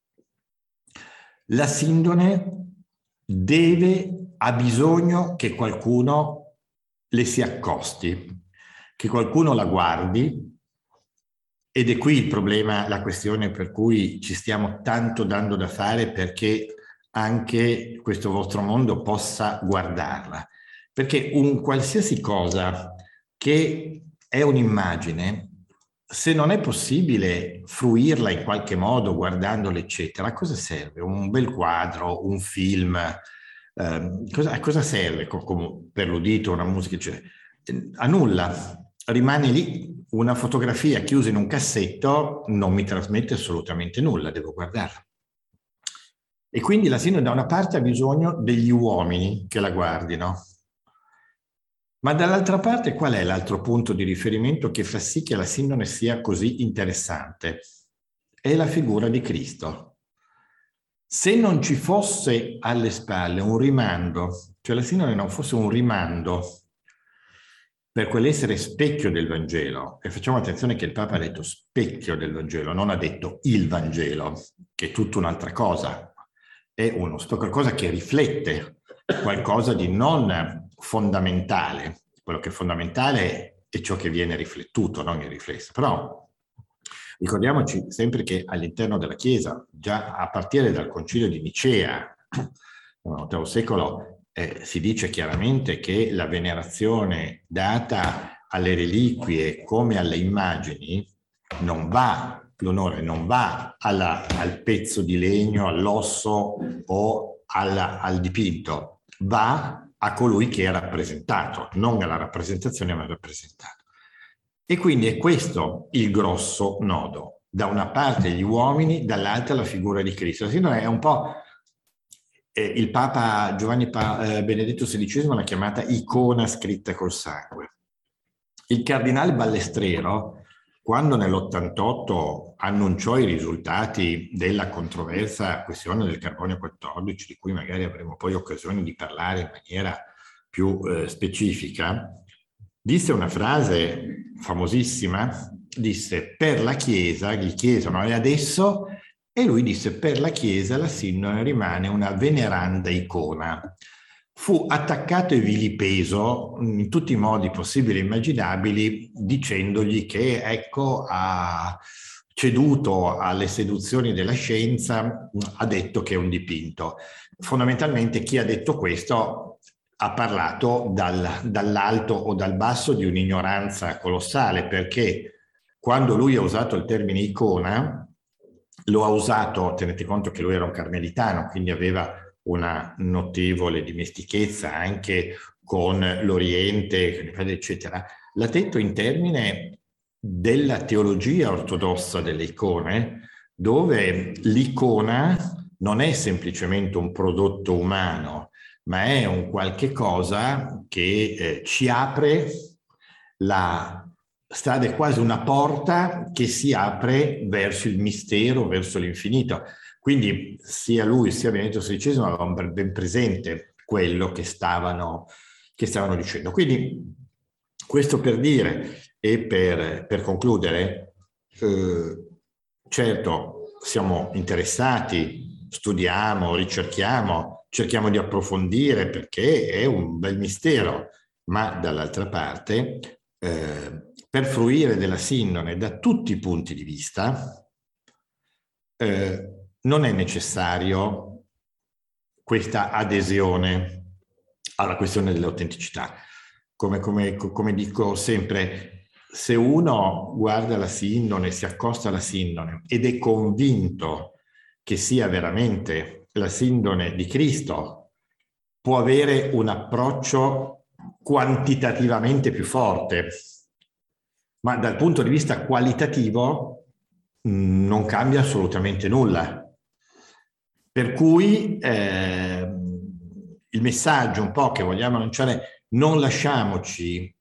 la Sindone deve, ha bisogno che qualcuno le si accosti, che qualcuno la guardi, ed è qui il problema, la questione per cui ci stiamo tanto dando da fare perché anche questo vostro mondo possa guardarla. Perché un qualsiasi cosa che è un'immagine, se non è possibile fruirla in qualche modo guardandola, eccetera, a cosa serve? Un bel quadro, un film, eh, cosa, a cosa serve come per l'udito, una musica, eccetera? A nulla. Rimane lì. Una fotografia chiusa in un cassetto non mi trasmette assolutamente nulla, devo guardarla. E quindi la Sindone da una parte ha bisogno degli uomini che la guardino, ma dall'altra parte qual è l'altro punto di riferimento che fa sì che la Sindone sia così interessante? È la figura di Cristo. Se non ci fosse alle spalle un rimando, cioè la Sindone non fosse un rimando per quell'essere specchio del Vangelo, e facciamo attenzione che il Papa ha detto specchio del Vangelo, non ha detto il Vangelo, che è tutta un'altra cosa, è uno qualcosa che riflette qualcosa di non fondamentale. Quello che è fondamentale è ciò che viene riflettuto, non il riflesso. Però ricordiamoci sempre che all'interno della Chiesa, già a partire dal Concilio di Nicea, nell'ottavo secolo, Eh, si dice chiaramente che la venerazione data alle reliquie come alle immagini non va, l'onore non va alla, al pezzo di legno, all'osso o alla, al dipinto, va a colui che è rappresentato, non alla rappresentazione ma al rappresentato. E quindi è questo il grosso nodo. Da una parte gli uomini, dall'altra la figura di Cristo. Sì, è un po'... Eh, il Papa Giovanni pa- eh, Benedetto sedicesimo l'ha chiamata icona scritta col sangue. Il cardinale Ballestrero, quando nell'ottantotto annunciò i risultati della controversa questione del carbonio quattordici, di cui magari avremo poi occasione di parlare in maniera più eh, specifica, disse una frase famosissima, disse: per la Chiesa, gli chiesero, e adesso? E lui disse: per la Chiesa la Sindone rimane una veneranda icona. Fu attaccato e vilipeso in tutti i modi possibili e immaginabili, dicendogli che, ecco, ha ceduto alle seduzioni della scienza, ha detto che è un dipinto. Fondamentalmente chi ha detto questo ha parlato dal, dall'alto o dal basso di un'ignoranza colossale, perché quando lui ha usato il termine icona, lo ha usato, tenete conto che lui era un carmelitano, quindi aveva una notevole dimestichezza anche con l'Oriente, eccetera, l'ha detto in termine della teologia ortodossa delle icone, dove l'icona non è semplicemente un prodotto umano, ma è un qualche cosa che eh, ci apre la strada, è quasi una porta che si apre verso il mistero, verso l'infinito. Quindi sia lui sia Benedetto sedicesimo avevano ben presente quello che stavano, che stavano dicendo. Quindi questo per dire e per, per concludere, eh, certo siamo interessati, studiamo, ricerchiamo, cerchiamo di approfondire perché è un bel mistero, ma dall'altra parte eh, per fruire della sindone da tutti i punti di vista eh, non è necessario questa adesione alla questione dell'autenticità. Come, come, come dico sempre, se uno guarda la sindone, si accosta alla sindone ed è convinto che sia veramente la sindone di Cristo, può avere un approccio quantitativamente più forte, ma dal punto di vista qualitativo mh, non cambia assolutamente nulla. Per cui eh, il messaggio un po' che vogliamo annunciare: non lasciamoci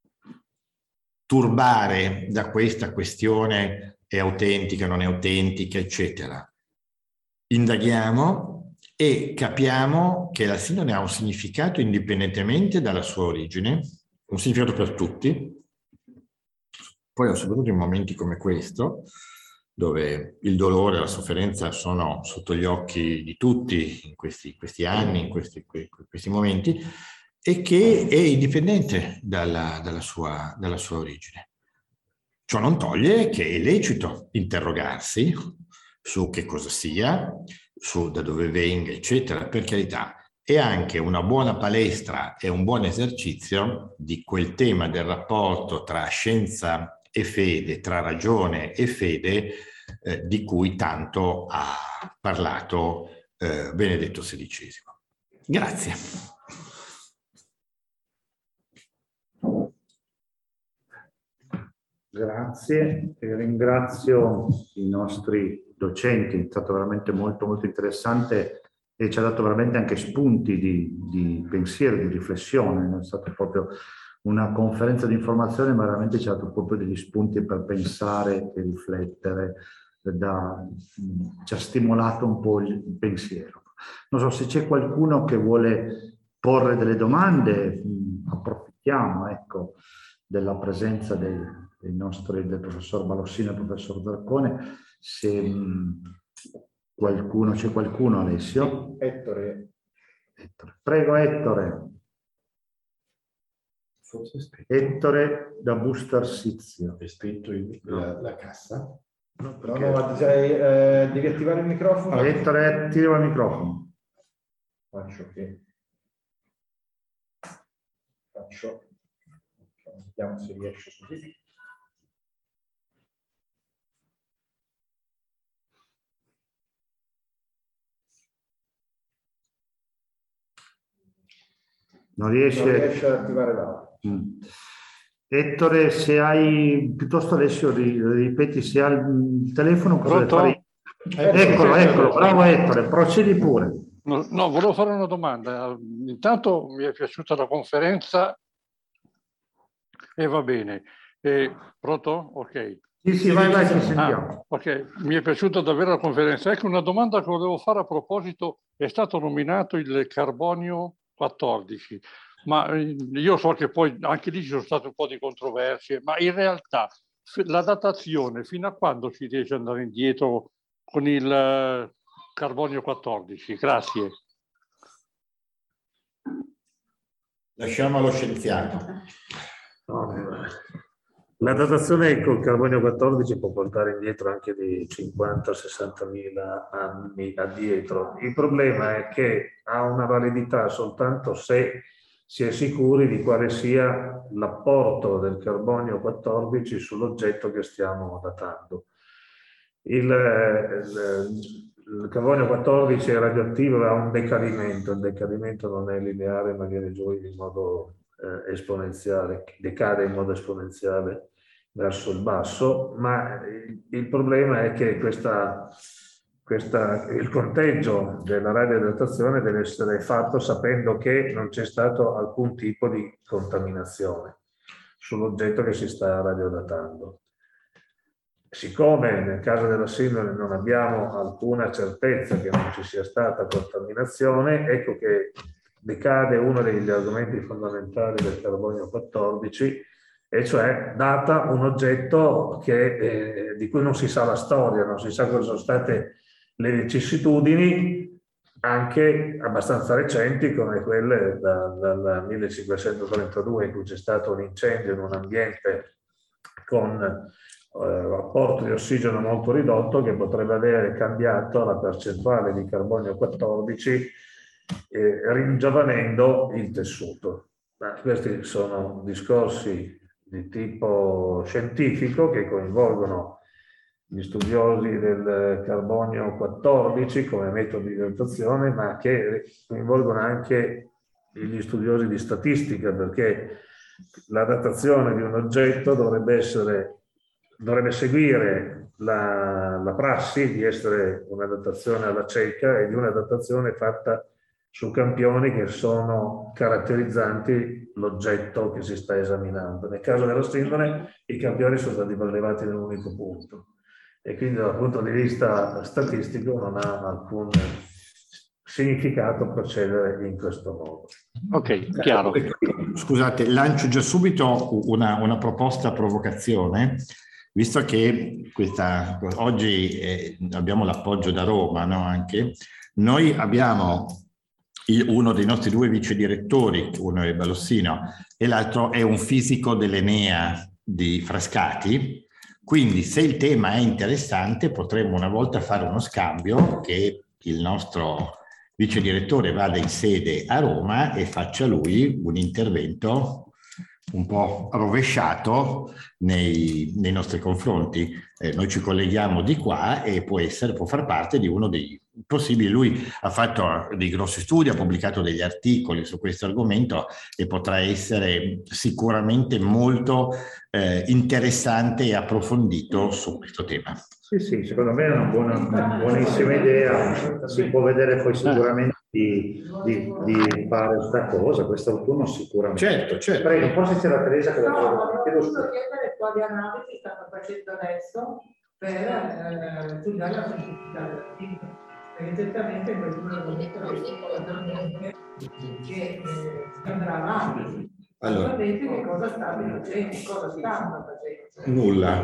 turbare da questa questione è autentica, non è autentica, eccetera. Indaghiamo e capiamo che la sindone ha un significato indipendentemente dalla sua origine, un significato per tutti. Poi soprattutto in momenti come questo, dove il dolore e la sofferenza sono sotto gli occhi di tutti in questi, questi anni, in questi, questi momenti, e che è indipendente dalla, dalla, sua, dalla sua origine. Ciò non toglie che è lecito interrogarsi su che cosa sia, su da dove venga, eccetera, per carità. È anche una buona palestra e un buon esercizio di quel tema del rapporto tra scienza e fede, tra ragione e fede, eh, di cui tanto ha parlato eh, Benedetto sedicesimo. Grazie. Grazie, e ringrazio i nostri docenti, è stato veramente molto molto interessante e ci ha dato veramente anche spunti di, di pensiero, di riflessione. Non è stata proprio una conferenza di informazione, ma veramente ci ha dato proprio degli spunti per pensare e riflettere, da, ci ha stimolato un po' il pensiero. Non so se c'è qualcuno che vuole porre delle domande, approfittiamo, ecco, della presenza dei, dei nostri, del professor Balossino e del professor Zaccone. Se mh, qualcuno, c'è qualcuno, Alessio? Sì, Ettore. Ettore. Prego, Ettore. Ettore da Busto Arsizio. È scritto in, no. la, la cassa? No, perché... no, no, sei, eh, devi attivare il microfono. Ah, Ettore, attiva il microfono. Faccio che... Faccio... Vediamo se riesce così. Non riesce, non riesce ad attivare l'audio. Mm. Ettore, se hai, piuttosto Alessio, ripeti, se hai il telefono, cosa deve fare? Eh, eccolo, eccolo, bravo Ettore, procedi pure. No, no, volevo fare una domanda. Intanto mi è piaciuta la conferenza e va bene. E, pronto? Ok. Sì, sì, vai, vai, ci sentiamo. Ah, ok, mi è piaciuta davvero la conferenza. Ecco, una domanda che volevo fare a proposito: è stato nominato il carbonio quattordici, ma io so che poi anche lì ci sono state un po' di controversie, ma in realtà la datazione fino a quando si riesce ad andare indietro con il carbonio quattordici? Grazie. Lasciamo allo scienziato. La datazione col carbonio quattordici può portare indietro anche di cinquanta sessanta mila anni addietro. Il problema è che ha una validità soltanto se si è sicuri di quale sia l'apporto del carbonio quattordici sull'oggetto che stiamo datando. Il, il, il carbonio quattordici è radioattivo e ha un decadimento. Il decadimento non è lineare, ma viene giù in modo eh, esponenziale, decade in modo esponenziale verso il basso, ma il, il problema è che questa, questa, il conteggio della radioidratazione deve essere fatto sapendo che non c'è stato alcun tipo di contaminazione sull'oggetto che si sta radiodatando. Siccome nel caso della sindrome non abbiamo alcuna certezza che non ci sia stata contaminazione, ecco che decade uno degli argomenti fondamentali del carbonio quattordici, e cioè data un oggetto che, eh, di cui non si sa la storia, non si sa cosa sono state le vicissitudini, anche abbastanza recenti come quelle da, dal millecinquecentotrentadue, in cui c'è stato un incendio in un ambiente con eh, rapporto di ossigeno molto ridotto, che potrebbe avere cambiato la percentuale di carbonio quattordici, eh, ringiovanendo il tessuto. Ma questi sono discorsi di tipo scientifico che coinvolgono gli studiosi del carbonio quattordici come metodo di datazione, ma che coinvolgono anche gli studiosi di statistica, perché la datazione di un oggetto dovrebbe essere, dovrebbe seguire la, la prassi di essere una datazione alla cieca e di una datazione fatta su campioni che sono caratterizzanti l'oggetto che si sta esaminando. Nel caso della sindrome i campioni sono stati prelevati in un unico punto e quindi dal punto di vista statistico non ha alcun significato procedere in questo modo. Ok, chiaro. Scusate, lancio già subito una, una proposta provocazione, visto che questa, oggi eh, abbiamo l'appoggio da Roma, no? Anche noi abbiamo uno dei nostri due vice direttori, uno è Balossino e l'altro è un fisico dell'Enea di Frascati, quindi se il tema è interessante potremmo una volta fare uno scambio, che il nostro vice direttore vada in sede a Roma e faccia lui un intervento un po' rovesciato nei, nei nostri confronti. Eh, noi ci colleghiamo di qua e può essere, può far parte di uno dei possibili. Lui ha fatto dei grossi studi, ha pubblicato degli articoli su questo argomento e potrà essere sicuramente molto eh, interessante e approfondito su questo tema. Sì, sì, secondo me è una, buona, una buonissima idea. Si può vedere poi sicuramente di, di, di fare questa cosa quest'autunno sicuramente. Certo, certo. Prego, forse c'era Teresa che la No, trova. Chiedo scusa. volevo chiedere quali analisi stanno facendo adesso per eh, studiare la sensibilità della sindrome. Perché certamente in questo momento che eh, andrà avanti. Allora, che cosa stanno facendo? Cosa stanno facendo? nulla.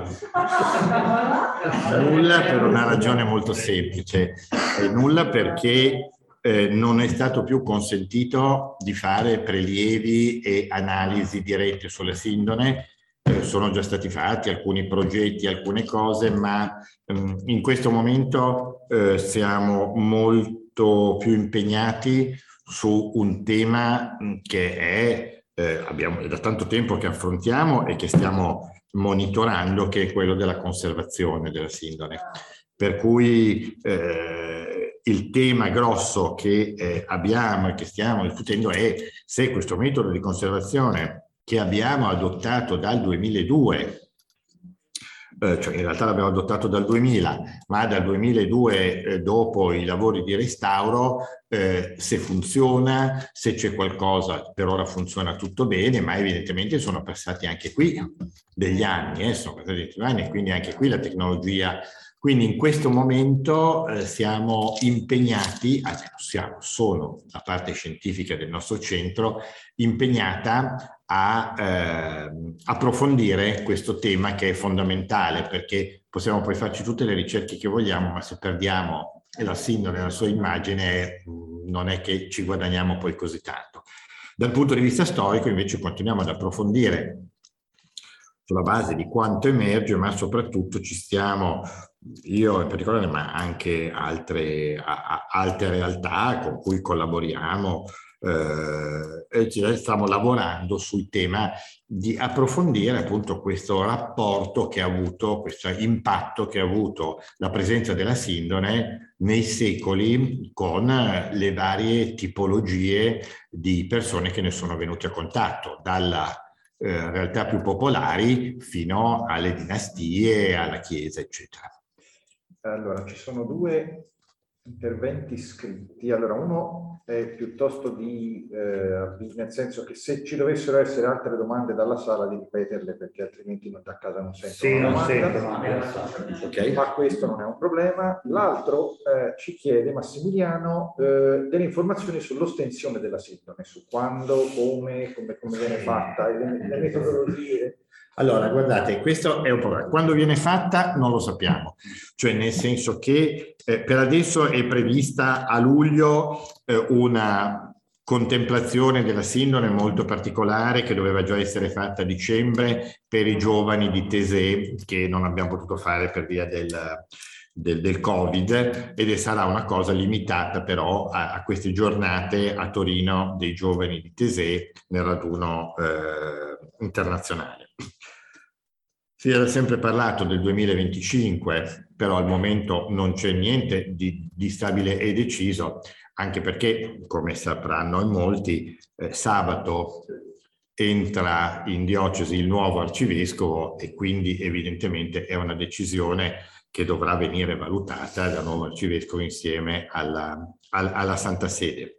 Nulla per una ragione molto semplice. Eh, nulla perché eh, non è stato più consentito di fare prelievi e analisi dirette sulla sindrome. Eh, sono già stati fatti alcuni progetti, alcune cose, ma ehm, in questo momento eh, siamo molto più impegnati su un tema che è Eh, abbiamo, è da tanto tempo che affrontiamo e che stiamo monitorando, che è quello della conservazione della sindrome. Per cui eh, il tema grosso che eh, abbiamo e che stiamo discutendo è se questo metodo di conservazione che abbiamo adottato dal duemiladue, eh, cioè in realtà l'abbiamo adottato dal duemila, ma dal duemiladue eh, dopo i lavori di restauro, eh, se funziona, se c'è qualcosa, per ora funziona tutto bene, ma evidentemente sono passati anche qui degli anni, eh, sono passati degli anni, quindi anche qui la tecnologia. Quindi in questo momento eh, siamo impegnati, anzi siamo, sono la parte scientifica del nostro centro, impegnata a eh, approfondire questo tema che è fondamentale, perché possiamo poi farci tutte le ricerche che vogliamo, ma se perdiamo la sindrome nella sua immagine non è che ci guadagniamo poi così tanto. Dal punto di vista storico invece continuiamo ad approfondire sulla base di quanto emerge, ma soprattutto ci stiamo, io in particolare, ma anche altre, a, a, altre realtà con cui collaboriamo, eh, e stiamo lavorando sul tema di approfondire appunto questo rapporto che ha avuto, questo impatto che ha avuto la presenza della sindone nei secoli con le varie tipologie di persone che ne sono venute a contatto, dalla eh, realtà più popolari fino alle dinastie, alla Chiesa, eccetera. Allora, ci sono due interventi scritti. Allora, uno è piuttosto di, eh, nel senso che se ci dovessero essere altre domande dalla sala, di ripeterle, perché altrimenti non da casa non sento. Sì, non domanda. sento. Okay. Ma questo non è un problema. L'altro eh, ci chiede, Massimiliano, eh, delle informazioni sull'ostensione della sindone, su quando, come, come, come viene fatta, le, le metodologie. Allora, guardate, questo è un problema. Quando viene fatta non lo sappiamo, cioè nel senso che eh, per adesso è prevista a luglio eh, una contemplazione della sindone molto particolare che doveva già essere fatta a dicembre per i giovani di Tesè, che non abbiamo potuto fare per via del, del, del Covid, ed sarà una cosa limitata però a, a queste giornate a Torino dei giovani di Tesè nel raduno eh, internazionale. Si era sempre parlato del duemilaventicinque, però al momento non c'è niente di, di stabile e deciso, anche perché, come sapranno in molti, eh, sabato entra in diocesi il nuovo arcivescovo e quindi evidentemente è una decisione che dovrà venire valutata dal nuovo arcivescovo insieme alla, alla, alla Santa Sede.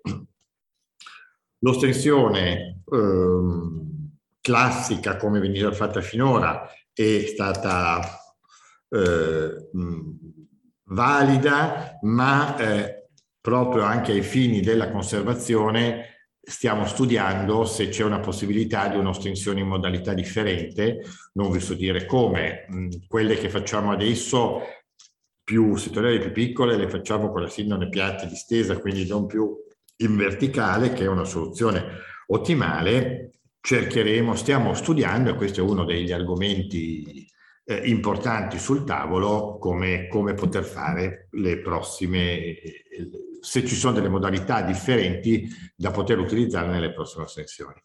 L'ostensione ehm, classica, come veniva fatta finora, è stata eh, valida, ma eh, proprio anche ai fini della conservazione stiamo studiando se c'è una possibilità di un'ostensione in modalità differente. Non vi so dire come. Quelle che facciamo adesso, più settoriali, più piccole, le facciamo con la sindone piatta distesa, quindi non più in verticale, che è una soluzione ottimale. Cercheremo, stiamo studiando, e questo è uno degli argomenti eh, importanti sul tavolo, come, come poter fare le prossime, eh, se ci sono delle modalità differenti da poter utilizzare nelle prossime ostensioni.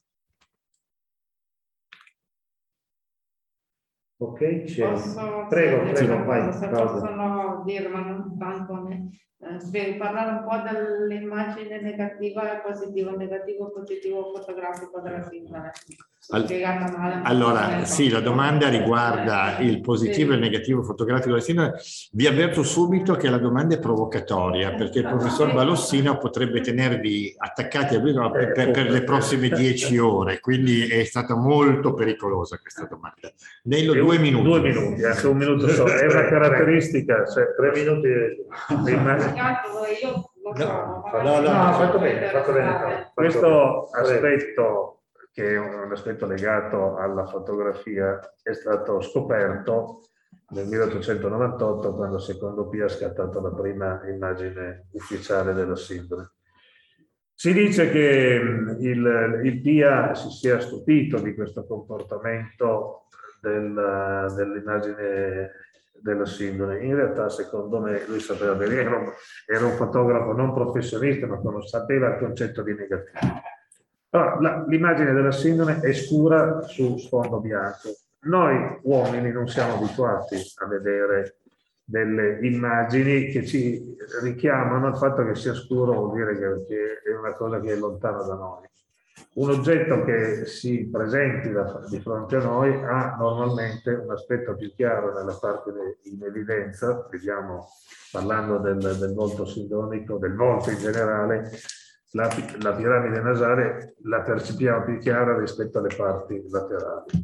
Ok, c'è. Posso, Prego, se prego, vai. Se possono dire, ma non tanto a me, eh, parlare un po' dell'immagine negativa e positivo, negativo, positivo, fotografico della sindone. All male, allora, sì, la domanda riguarda il positivo e il negativo fotografico della sindone. Vi avverto subito che la domanda è provocatoria, perché il professor Balossino potrebbe tenervi attaccati a lui per, per, per le prossime dieci ore, quindi è stata molto pericolosa questa domanda. Nello due minuti. Due minuti, anche un minuto solo. È una caratteristica, cioè tre minuti. Io lo so, no, no, no, no, fatto bene, fatto bene. Questo aspetto, che è un aspetto legato alla fotografia, è stato scoperto nel milleottocentonovantotto, quando secondo Pia ha scattato la prima immagine ufficiale della sindone. Si dice che il, il Pia si sia stupito di questo comportamento del, dell'immagine della sindone. In realtà, secondo me, lui sapeva bene, era un, era un fotografo non professionista, ma sapeva il concetto di negativo. Allora, l'immagine della sindone è scura su sfondo bianco. Noi uomini non siamo abituati a vedere delle immagini che ci richiamano al fatto che sia scuro, vuol dire che, che è una cosa che è lontana da noi. Un oggetto che si presenti da, di fronte a noi ha normalmente un aspetto più chiaro nella parte de, in evidenza, vediamo, parlando del, del volto sindonico, del volto in generale, la, la piramide nasale la percepiamo più chiara rispetto alle parti laterali.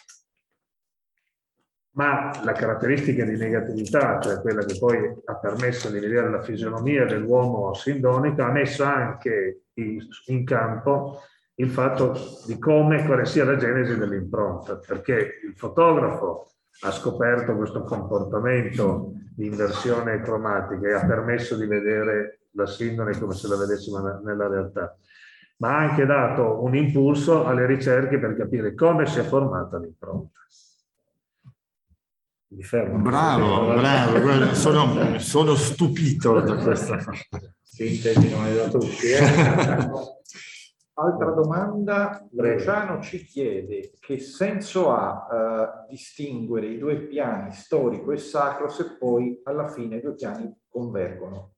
Ma la caratteristica di negatività, cioè quella che poi ha permesso di vedere la fisionomia dell'uomo sindonico, ha messo anche in, in campo il fatto di come, quale sia la genesi dell'impronta, perché il fotografo ha scoperto questo comportamento di inversione cromatica e ha permesso di vedere la sindone come se la vedessimo nella realtà, ma ha anche dato un impulso alle ricerche per capire come si è formata l'impronta. Mi fermo. Bravo, bravo, bravo. Sono, sono stupito da questa. Sintesi non è da tutti, eh? Altra domanda, Luciano ci chiede che senso ha eh, distinguere i due piani storico e sacro se poi alla fine i due piani convergono.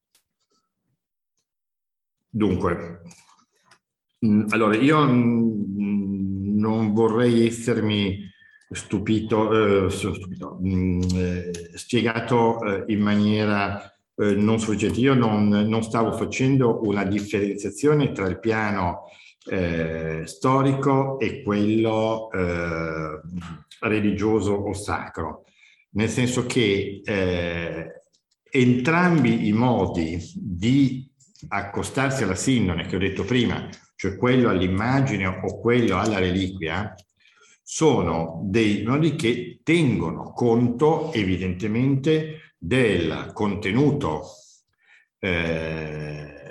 Dunque, mh, allora io mh, non vorrei essermi stupito, eh, stupito mh, eh, spiegato eh, in maniera eh, non sufficiente. Io non, non stavo facendo una differenziazione tra il piano eh, storico e quello eh, religioso o sacro, nel senso che eh, entrambi i modi di accostarsi alla sindone che ho detto prima, cioè quello all'immagine o quello alla reliquia, sono dei modi che tengono conto evidentemente del contenuto eh,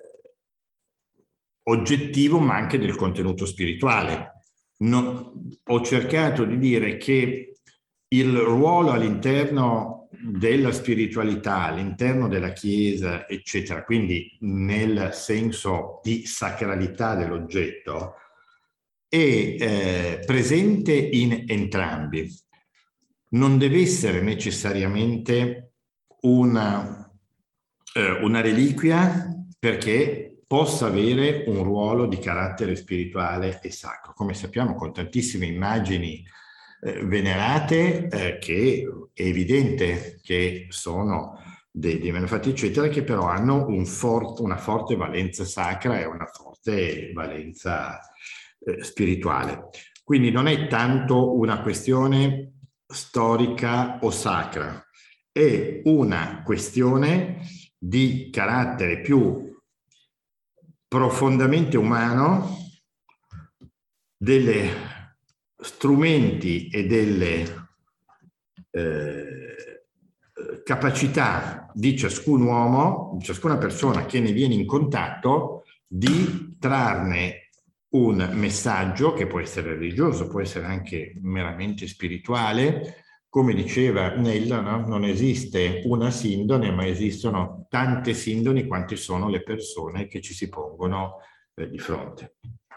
oggettivo ma anche del contenuto spirituale. Non, ho cercato di dire che il ruolo all'interno della spiritualità, all'interno della Chiesa, eccetera, quindi nel senso di sacralità dell'oggetto, è eh, presente in entrambi. Non deve essere necessariamente una, eh, una reliquia perché possa avere un ruolo di carattere spirituale e sacro. Come sappiamo, con tantissime immagini eh, venerate, eh, che è evidente che sono dei, dei manufatti, eccetera, che però hanno un for- una forte valenza sacra e una forte valenza eh, spirituale. Quindi non è tanto una questione storica o sacra, è una questione di carattere più profondamente umano, delle strumenti e delle eh, capacità di ciascun uomo, di ciascuna persona che ne viene in contatto, di trarne un messaggio che può essere religioso, può essere anche meramente spirituale. Come diceva Nella, no? Non esiste una sindone, ma esistono tante sindoni quante sono le persone che ci si pongono eh, di fronte.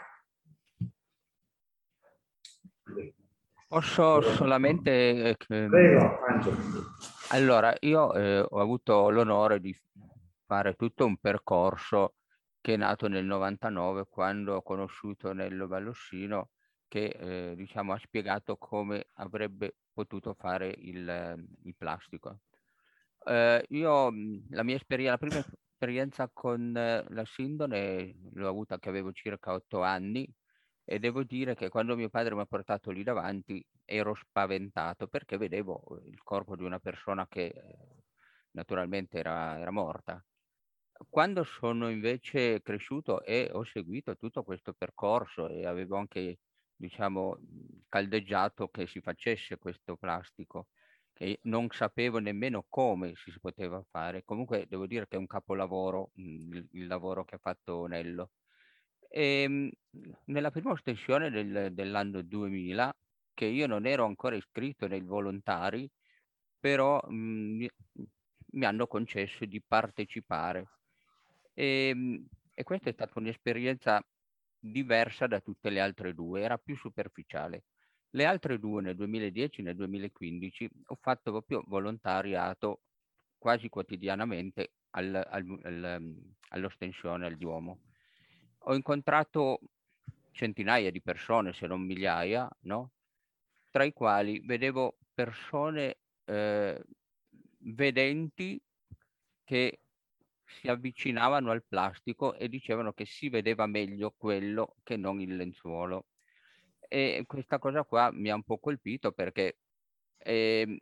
Posso solamente... Eh, Prego, Angelo. Allora, io eh, ho avuto l'onore di fare tutto un percorso che è nato nel novantanove, quando ho conosciuto Nello Ballossino, che eh, diciamo, ha spiegato come avrebbe potuto fare il, il plastico. Eh, io la mia esperienza, la prima esperienza con eh, la sindone l'ho avuta che avevo circa otto anni, e devo dire che quando mio padre mi ha portato lì davanti ero spaventato perché vedevo il corpo di una persona che eh, naturalmente era, era morta. Quando sono invece cresciuto e ho seguito tutto questo percorso e avevo anche, diciamo, caldeggiato che si facesse questo plastico, che non sapevo nemmeno come si poteva fare. Comunque devo dire che è un capolavoro mh, il, il lavoro che ha fatto Nello. E, mh, nella prima ostensione del, dell'anno duemila, che io non ero ancora iscritto nei volontari, però mh, mi, mi hanno concesso di partecipare. E, e questa è stata un'esperienza diversa da tutte le altre due, era più superficiale. Le altre due, nel duemiladieci e nel duemilaquindici, ho fatto proprio volontariato quasi quotidianamente al, al, al, all'ostensione al Duomo. Ho incontrato centinaia di persone, se non migliaia, no? Tra i quali vedevo persone eh, vedenti che si avvicinavano al plastico e dicevano che si vedeva meglio quello che non il lenzuolo. E questa cosa qua mi ha un po' colpito perché eh,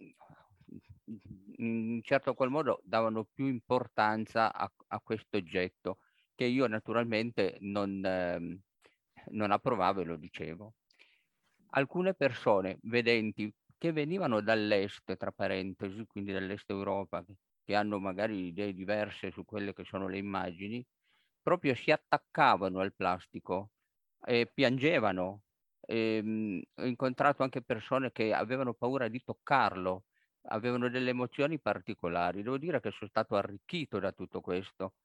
in certo qual modo davano più importanza a, a questo oggetto che io naturalmente non, eh, non approvavo e lo dicevo. Alcune persone vedenti che venivano dall'est, tra parentesi, quindi dall'est Europa, che hanno magari idee diverse su quelle che sono le immagini, proprio si attaccavano al plastico e piangevano. E, mh, ho incontrato anche persone che avevano paura di toccarlo, avevano delle emozioni particolari. Devo dire che sono stato arricchito da tutto questo.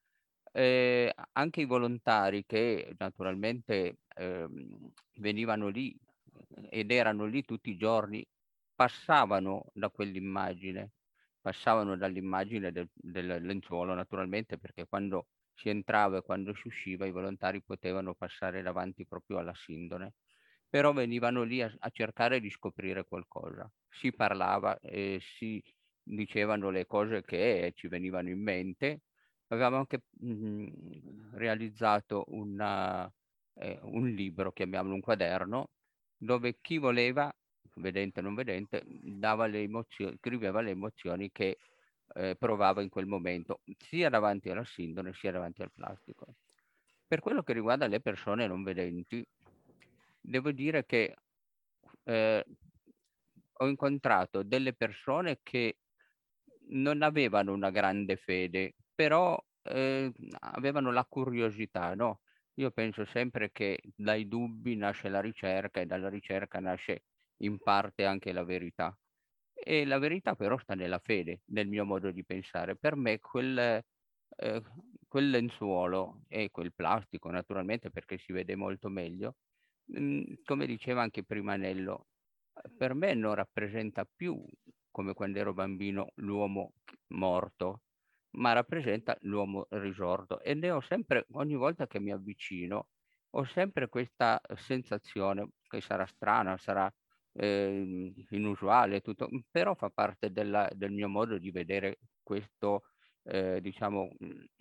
eh, anche i volontari che naturalmente eh, venivano lì ed erano lì tutti i giorni, passavano da quell'immagine, passavano dall'immagine del, del lenzuolo naturalmente, perché quando si entrava e quando si usciva i volontari potevano passare davanti proprio alla sindone, però venivano lì a, a cercare di scoprire qualcosa. Si parlava e si dicevano le cose che ci venivano in mente. Avevamo anche mh, realizzato una, eh, un libro, chiamiamolo un quaderno, dove chi voleva, vedente o non vedente, dava le emozioni, scriveva le emozioni che eh, provava in quel momento, sia davanti alla sindone sia davanti al plastico. Per quello che riguarda le persone non vedenti, devo dire che eh, ho incontrato delle persone che non avevano una grande fede, però eh, avevano la curiosità, no? Io penso sempre che dai dubbi nasce la ricerca e dalla ricerca nasce in parte anche la verità. E la verità però sta nella fede, nel mio modo di pensare. Per me quel, eh, quel lenzuolo e quel plastico, naturalmente, perché si vede molto meglio, mh, come diceva anche prima Nello, per me non rappresenta più, come quando ero bambino, l'uomo morto, ma rappresenta l'uomo risorto. E ne ho sempre, ogni volta che mi avvicino, ho sempre questa sensazione, che sarà strana, sarà eh, inusuale, tutto, però fa parte della, del mio modo di vedere questo, eh, diciamo,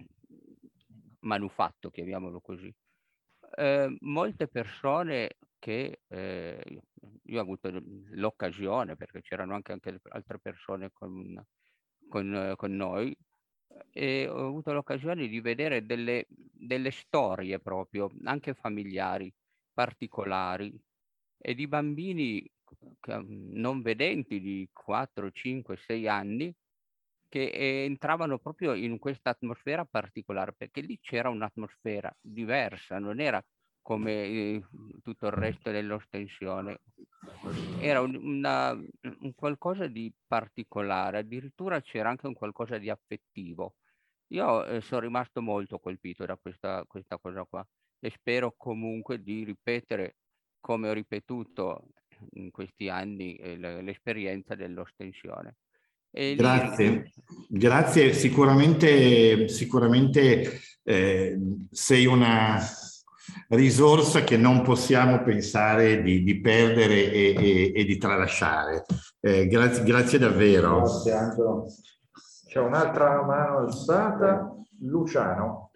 manufatto, chiamiamolo così. Eh, molte persone che eh, io ho avuto l'occasione, perché c'erano anche, anche altre persone con, con, con noi, e ho avuto l'occasione di vedere delle, delle storie proprio, anche familiari, particolari, e di bambini non vedenti di quattro, cinque, sei anni che entravano proprio in questa atmosfera particolare, perché lì c'era un'atmosfera diversa, non era come eh, tutto il resto dell'ostensione, era un, una, un qualcosa di particolare, addirittura c'era anche un qualcosa di affettivo. Io eh, sono rimasto molto colpito da questa, questa cosa qua e spero comunque di ripetere, come ho ripetuto in questi anni, eh, l'esperienza dell'ostensione. E Grazie, lì... grazie. Sicuramente, sicuramente eh, sei una risorsa che non possiamo pensare di, di perdere e, e, e di tralasciare. Eh, grazie, grazie davvero. Grazie Angelo. C'è un'altra mano alzata, Luciano.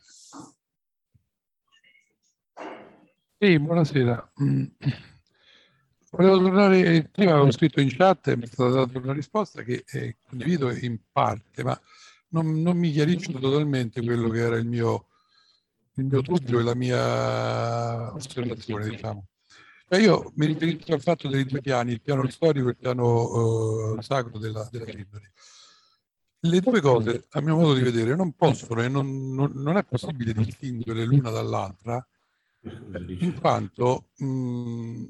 Sì, buonasera. Volevo tornare, prima avevo scritto in chat e mi è stata data una risposta che eh, condivido in parte, ma non, non mi chiarisce totalmente quello che era il mio, il mio dubbio e la mia osservazione, diciamo. Cioè io mi riferisco al fatto dei due piani, il piano storico e il piano uh, sacro della, della sindone. Le due cose, a mio modo di vedere, non possono e non, non, non è possibile distinguere l'una dall'altra, in quanto mh,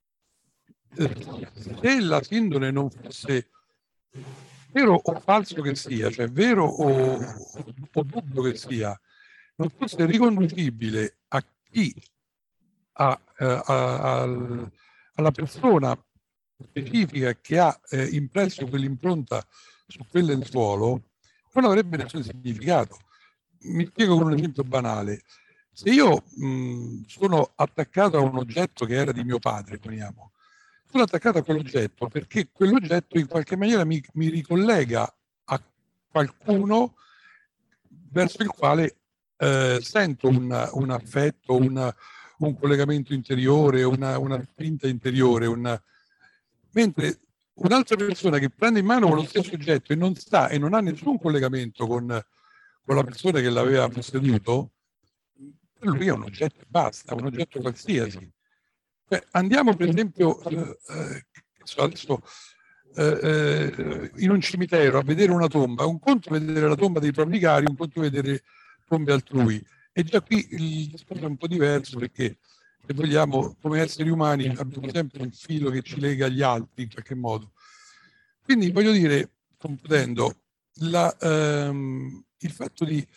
se la sindone non fosse vero o falso che sia, cioè vero o, o dubbio che sia, non fosse riconducibile a chi, a, a, a, alla persona specifica che ha eh, impresso quell'impronta su quel lenzuolo, non avrebbe nessun significato. Mi spiego con un esempio banale. Se io mh, sono attaccato a un oggetto che era di mio padre, poniamo, sono attaccato a quell'oggetto perché quell'oggetto in qualche maniera mi, mi ricollega a qualcuno verso il quale eh, sento un, un affetto, un, un collegamento interiore, una, una spinta interiore, una... mentre un'altra persona che prende in mano quello stesso oggetto e non sta e non ha nessun collegamento con, con la persona che l'aveva posseduto, per lui è un oggetto e basta, un oggetto qualsiasi. Beh, andiamo per esempio eh, adesso, eh, in un cimitero a vedere una tomba, un conto vedere la tomba dei propri cari, un conto vedere tombe altrui. E già qui il discorso è un po' diverso perché, se vogliamo, come esseri umani abbiamo sempre un filo che ci lega agli altri in qualche modo. Quindi voglio dire, concludendo, la, ehm, il fatto di,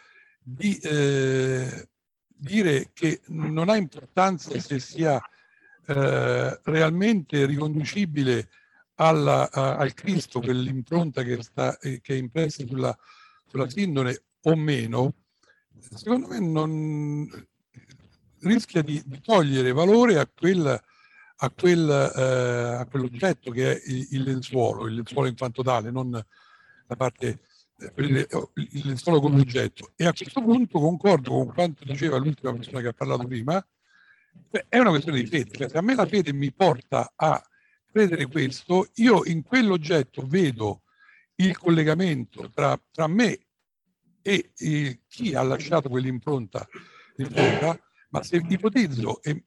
di eh, dire che non ha importanza se sia eh, realmente riconducibile alla, a, al Cristo, quell'impronta che, sta, che è impressa sulla, sulla sindone o meno, secondo me non rischia di, di togliere valore a quel a, quel, eh, a quell'oggetto che è il, il lenzuolo, il lenzuolo in quanto tale, non la parte, eh, il lenzuolo come oggetto. E a questo punto concordo con quanto diceva l'ultima persona che ha parlato prima, è una questione di fede. Cioè, se a me la fede mi porta a credere questo, io in quell'oggetto vedo il collegamento tra, tra me e, e chi ha lasciato quell'impronta, l'impronta, ma se ipotizzo e,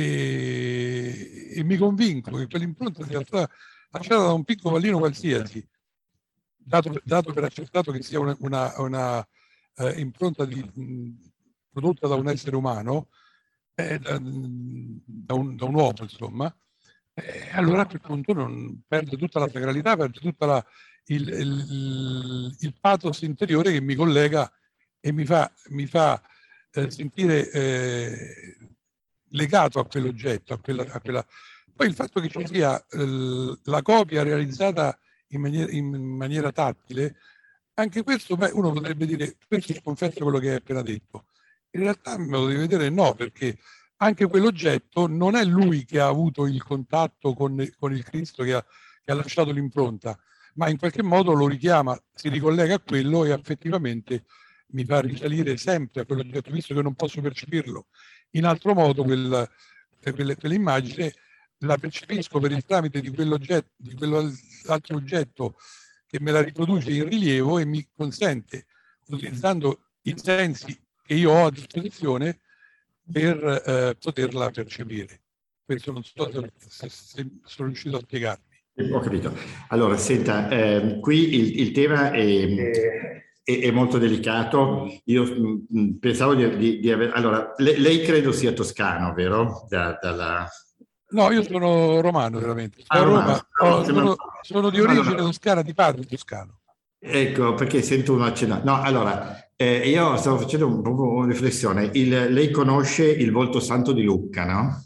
e, e mi convinco che quell'impronta sia stata lasciata da un piccolo pallino qualsiasi, dato, dato per accertato che sia una, una, una uh, impronta di, mh, prodotta da un essere umano, eh, da, da, un, da un uomo, insomma, eh, allora a quel punto non perde tutta la sacralità, perde tutta la, il, il, il pathos interiore che mi collega e mi fa, mi fa Eh, sentire eh, legato a quell'oggetto, a quella, a quella. Poi il fatto che ci sia eh, la copia realizzata in maniera, in maniera tattile, anche questo, beh, uno potrebbe dire, questo sconfessa quello che hai appena detto. In realtà me lo devi vedere no, perché anche quell'oggetto non è lui che ha avuto il contatto con, con il Cristo che ha, che ha lasciato l'impronta, ma in qualche modo lo richiama, si ricollega a quello e effettivamente mi fa risalire sempre a quell'oggetto, visto che non posso percepirlo in altro modo, quel, quelle, quell'immagine la percepisco per il tramite di quell'oggetto, di quell'altro oggetto che me la riproduce in rilievo e mi consente, utilizzando i sensi che io ho a disposizione, per eh, poterla percepire. Questo non so se, se sono riuscito a spiegarmi. Ho capito. Allora, senta, eh, qui il, il tema è... È, è molto delicato. Io mh, pensavo di, di, di avere... Allora, lei, lei credo sia toscano, vero? Da, dalla... No, io sono romano, veramente. Sono, ah, Roma. Oh, sono, sono di origine allora, toscana, di padre toscano. Ecco, perché sento un accenno. No, allora, eh, io stavo facendo un po' una riflessione. Il, lei conosce il volto santo di Lucca, no?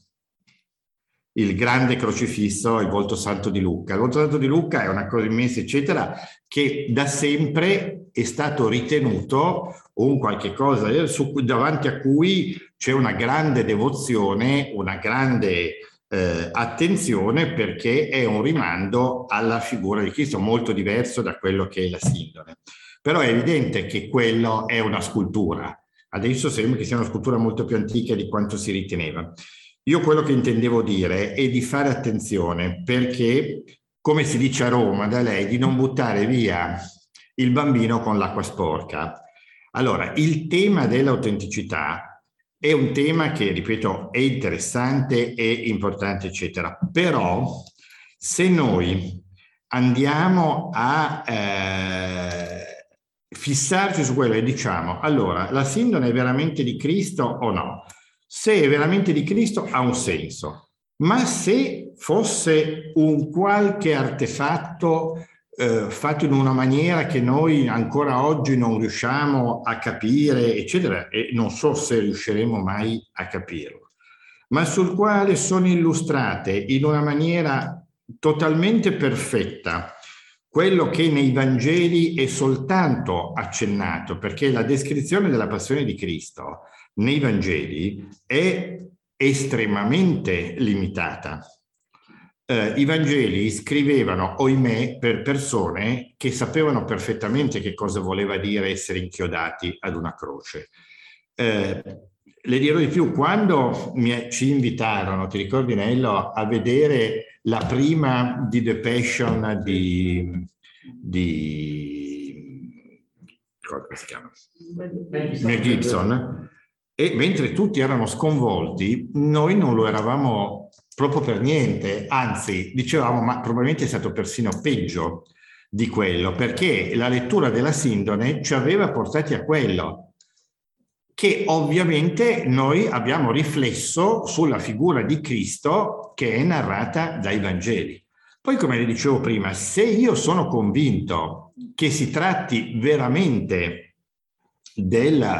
Il grande crocifisso, il volto santo di Lucca. Il volto santo di Lucca è una cosa immensa, eccetera, che da sempre è stato ritenuto un qualche cosa su, davanti a cui c'è una grande devozione, una grande eh, attenzione, perché è un rimando alla figura di Cristo, molto diverso da quello che è la sindone. Però è evidente che quello è una scultura. Adesso sembra che sia una scultura molto più antica di quanto si riteneva. Io quello che intendevo dire è di fare attenzione perché, come si dice a Roma da lei, di non buttare via il bambino con l'acqua sporca. Allora, il tema dell'autenticità è un tema che, ripeto, è interessante, è importante, eccetera. Però, se noi andiamo a eh, fissarci su quello e diciamo, allora, la sindone è veramente di Cristo o no? Se è veramente di Cristo ha un senso, ma se fosse un qualche artefatto eh, fatto in una maniera che noi ancora oggi non riusciamo a capire, eccetera, e non so se riusciremo mai a capirlo, ma sul quale sono illustrate in una maniera totalmente perfetta quello che nei Vangeli è soltanto accennato, perché la descrizione della passione di Cristo nei Vangeli è estremamente limitata. Eh, I Vangeli scrivevano, ohimè, per persone che sapevano perfettamente che cosa voleva dire essere inchiodati ad una croce. Eh, le dirò di più, quando mi, ci invitarono, ti ricordi Nello, a vedere la prima di The Passion di, di come si chiama? Mel Gibson, e mentre tutti erano sconvolti, noi non lo eravamo proprio per niente, anzi dicevamo ma probabilmente è stato persino peggio di quello, perché la lettura della sindone ci aveva portati a quello, che ovviamente noi abbiamo riflesso sulla figura di Cristo che è narrata dai Vangeli. Poi, come le dicevo prima, se io sono convinto che si tratti veramente della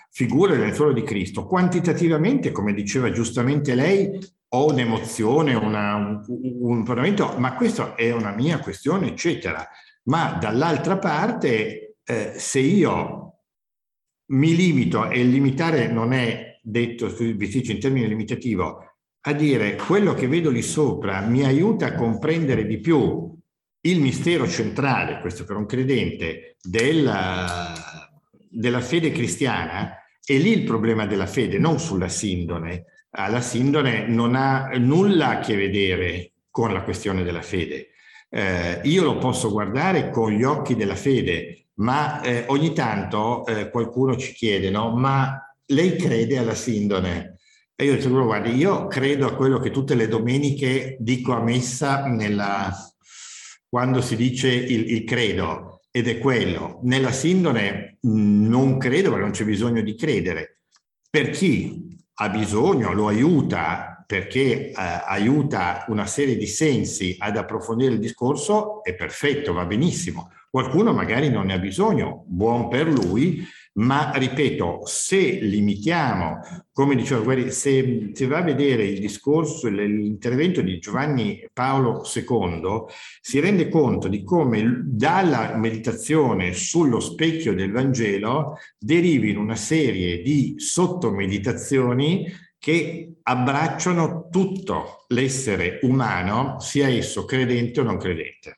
figura del lenzuolo di Cristo. Quantitativamente, come diceva giustamente lei, ho un'emozione, una, un, un provvedimento, ma questa è una mia questione, eccetera. Ma dall'altra parte, eh, se io mi limito, e limitare non è detto sui bisticci in termini limitativo, a dire quello che vedo lì sopra mi aiuta a comprendere di più il mistero centrale, questo per un credente, della, della fede cristiana, è lì il problema della fede, non sulla sindone. La sindone non ha nulla a che vedere con la questione della fede. Eh, io lo posso guardare con gli occhi della fede, ma eh, ogni tanto eh, qualcuno ci chiede, no? Ma lei crede alla sindone? E io dico, guardi, io credo a quello che tutte le domeniche dico a messa nella, quando si dice il, il credo, ed è quello. Nella sindone non credo, perché non c'è bisogno di credere. Per chi ha bisogno, lo aiuta, perché eh, aiuta una serie di sensi ad approfondire il discorso, è perfetto, va benissimo. Qualcuno magari non ne ha bisogno, buon per lui, ma ripeto, se limitiamo, come diceva Guerri, se, se va a vedere il discorso, l'intervento di Giovanni Paolo secondo, si rende conto di come dalla meditazione sullo specchio del Vangelo derivino una serie di sottomeditazioni che abbracciano tutto l'essere umano, sia esso credente o non credente.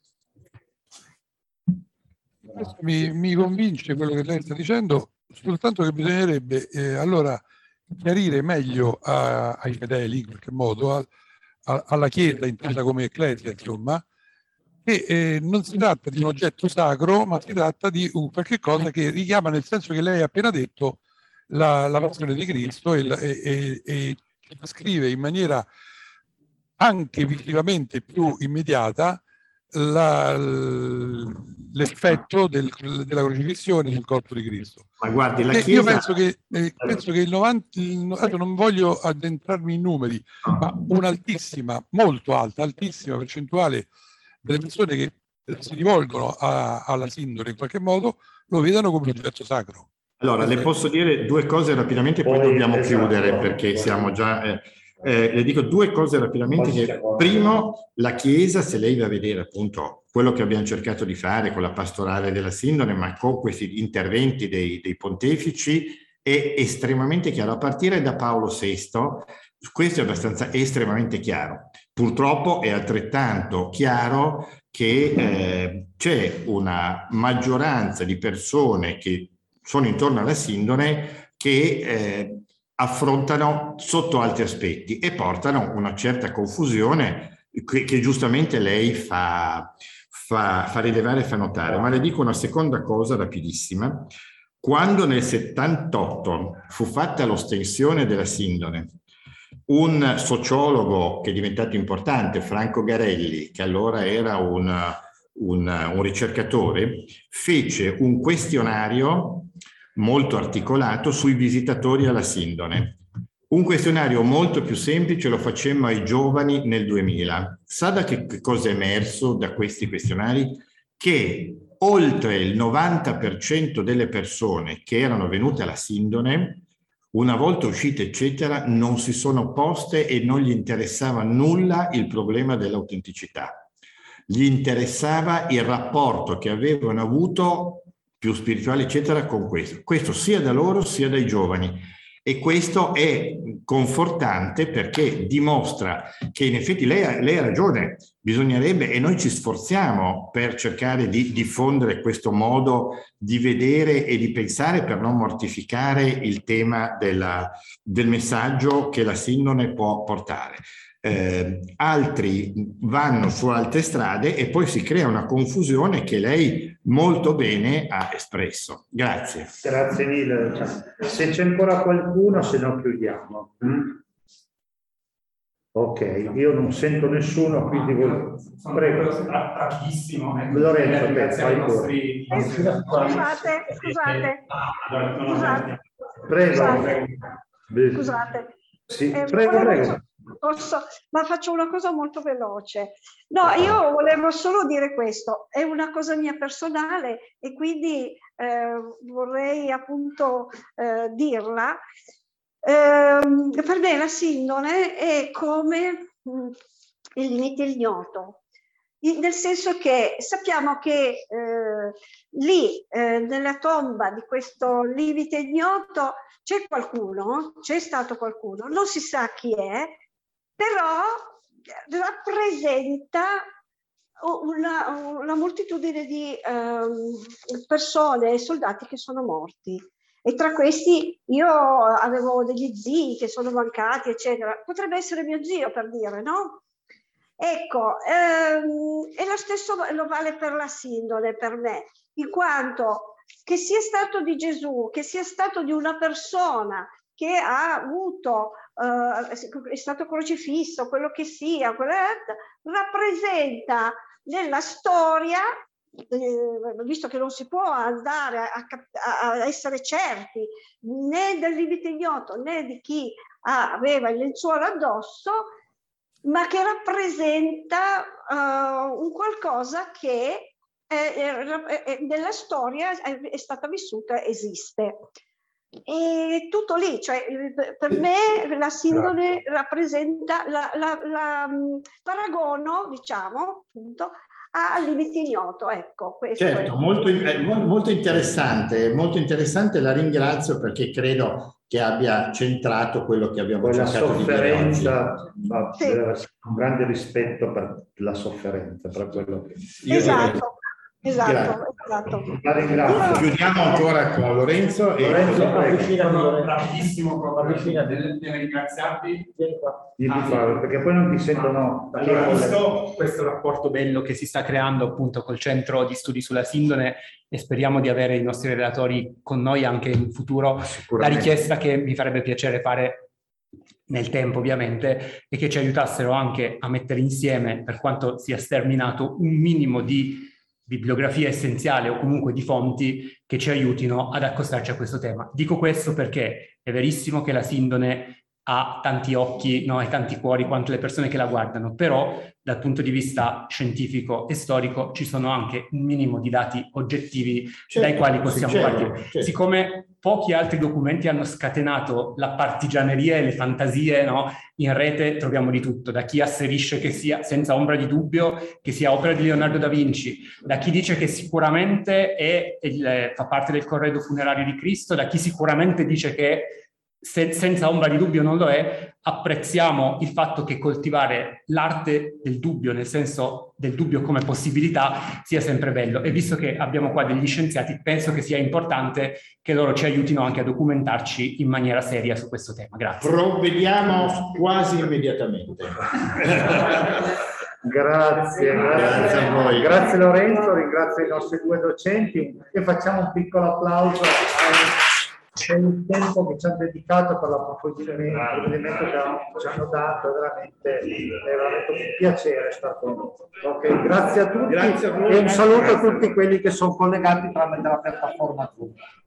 Questo mi, mi convince quello che lei sta dicendo, soltanto che bisognerebbe eh, allora chiarire meglio a, ai fedeli, in qualche modo, a, a, alla Chiesa intesa come ecclesia, insomma, che eh, non si tratta di un oggetto sacro, ma si tratta di un qualche cosa che richiama, nel senso che lei ha appena detto, la, la passione di Cristo e, e, e, e descrive in maniera anche visivamente più immediata l'effetto del, della crocifissione sul corpo di Cristo. Ma guardi, la Chiesa... Io penso che, eh, penso che il novanta, il, adesso non voglio addentrarmi in numeri, ma un'altissima, molto alta, altissima percentuale delle persone che si rivolgono a, alla sindone in qualche modo lo vedano come un oggetto sacro. Allora, le posso dire due cose rapidamente, poi, poi dobbiamo esatto, chiudere perché siamo già... Eh, Eh, le dico due cose rapidamente. Che, primo, la Chiesa, se lei va a vedere appunto quello che abbiamo cercato di fare con la pastorale della sindone, ma con questi interventi dei, dei pontefici, è estremamente chiaro, a partire da Paolo sesto, questo è abbastanza estremamente chiaro. Purtroppo è altrettanto chiaro che eh, c'è una maggioranza di persone che sono intorno alla sindone che eh, affrontano sotto altri aspetti e portano una certa confusione che, che giustamente lei fa, fa, fa rilevare e fa notare. Ma le dico una seconda cosa rapidissima. Quando nel settantotto fu fatta l'ostensione della sindone, un sociologo che è diventato importante, Franco Garelli, che allora era un, un, un ricercatore, fece un questionario molto articolato sui visitatori alla sindone. Un questionario molto più semplice lo facemmo ai giovani nel duemila. Sa da che cosa è emerso da questi questionari? Che oltre il novanta per cento delle persone che erano venute alla sindone, una volta uscite eccetera, non si sono poste e non gli interessava nulla il problema dell'autenticità. Gli interessava il rapporto che avevano avuto più spirituale eccetera con questo, questo sia da loro sia dai giovani, e questo è confortante perché dimostra che in effetti lei ha, lei ha ragione, bisognerebbe, e noi ci sforziamo per cercare di diffondere questo modo di vedere e di pensare per non mortificare il tema della, del messaggio che la sindone può portare. Eh, altri vanno su altre strade e poi si crea una confusione che lei molto bene ha espresso. Grazie. Grazie mille. Se c'è ancora qualcuno, se no chiudiamo. Ok, io non sento nessuno, quindi voi... Prego. Tantissimo. Lorenzo, grazie ai nostri... Eh, scusate, scusate. Scusate. Prego. Scusate. Scusate. Sì, eh, prego, volevo, prego. Posso, ma faccio una cosa molto veloce. No, io volevo solo dire questo, è una cosa mia personale e quindi eh, vorrei appunto eh, dirla. Eh, per me la sindone è come mh, il limite ignoto, nel senso che sappiamo che eh, lì eh, nella tomba di questo limite ignoto c'è qualcuno, c'è stato qualcuno, non si sa chi è, però rappresenta una, una moltitudine di um, persone e soldati che sono morti. E tra questi io avevo degli zii che sono mancati, eccetera. Potrebbe essere mio zio, per dire, no? Ecco, ehm, e lo stesso lo vale per la sindone, per me, in quanto che sia stato di Gesù, che sia stato di una persona che ha avuto, eh, è stato crocifisso, quello che sia, quello è, rappresenta nella storia, eh, visto che non si può andare a, a, a essere certi né del limite ignoto né di chi ha, aveva il lenzuolo addosso, ma che rappresenta uh, un qualcosa che è, è, è, nella storia è, è stata vissuta, esiste. E tutto lì, cioè per me la sindone rappresenta la, la, la, la paragono, diciamo, appunto, al limite ignoto, ecco. Questo certo, è. molto, molto interessante, molto interessante, la ringrazio perché credo che abbia centrato quello che abbiamo Poi cercato di dire oggi. sofferenza, ma sì. Un grande rispetto per la sofferenza, per quello che... Esatto. Esatto, esatto. La ringrazio. Chiudiamo ancora con Lorenzo. E Lorenzo, sono rapidissimo, proprio nel ringraziarvi. Ah, perché poi non ti sentono. Allora, visto questo rapporto bello che si sta creando appunto col Centro di Studi sulla Sindone e speriamo di avere i nostri relatori con noi anche in futuro, la richiesta che mi farebbe piacere fare nel tempo ovviamente è che ci aiutassero anche a mettere insieme, per quanto sia sterminato, un minimo di bibliografia essenziale o comunque di fonti che ci aiutino ad accostarci a questo tema. Dico questo perché è verissimo che la sindone ha tanti occhi, no, e tanti cuori quanto le persone che la guardano, però dal punto di vista scientifico e storico ci sono anche un minimo di dati oggettivi certo, dai quali possiamo certo, partire. Certo. Siccome pochi altri documenti hanno scatenato la partigianeria e le fantasie, no, in rete troviamo di tutto, da chi asserisce che sia senza ombra di dubbio che sia opera di Leonardo da Vinci, da chi dice che sicuramente è il, fa parte del corredo funerario di Cristo, da chi sicuramente dice che Se, senza ombra di dubbio non lo è. Apprezziamo il fatto che coltivare l'arte del dubbio, nel senso del dubbio come possibilità, sia sempre bello. E visto che abbiamo qua degli scienziati, penso che sia importante che loro ci aiutino anche a documentarci in maniera seria su questo tema. Grazie. Provvediamo quasi immediatamente. Grazie, grazie a voi. Grazie Lorenzo, ringrazio i nostri due docenti e facciamo un piccolo applauso per il tempo che ci hanno dedicato per l'approfondimento che ci hanno dato. È veramente, è veramente un piacere stare con voi. Okay, grazie a tutti grazie a voi, e un saluto a tutti quelli che sono collegati tramite la piattaforma Zoom.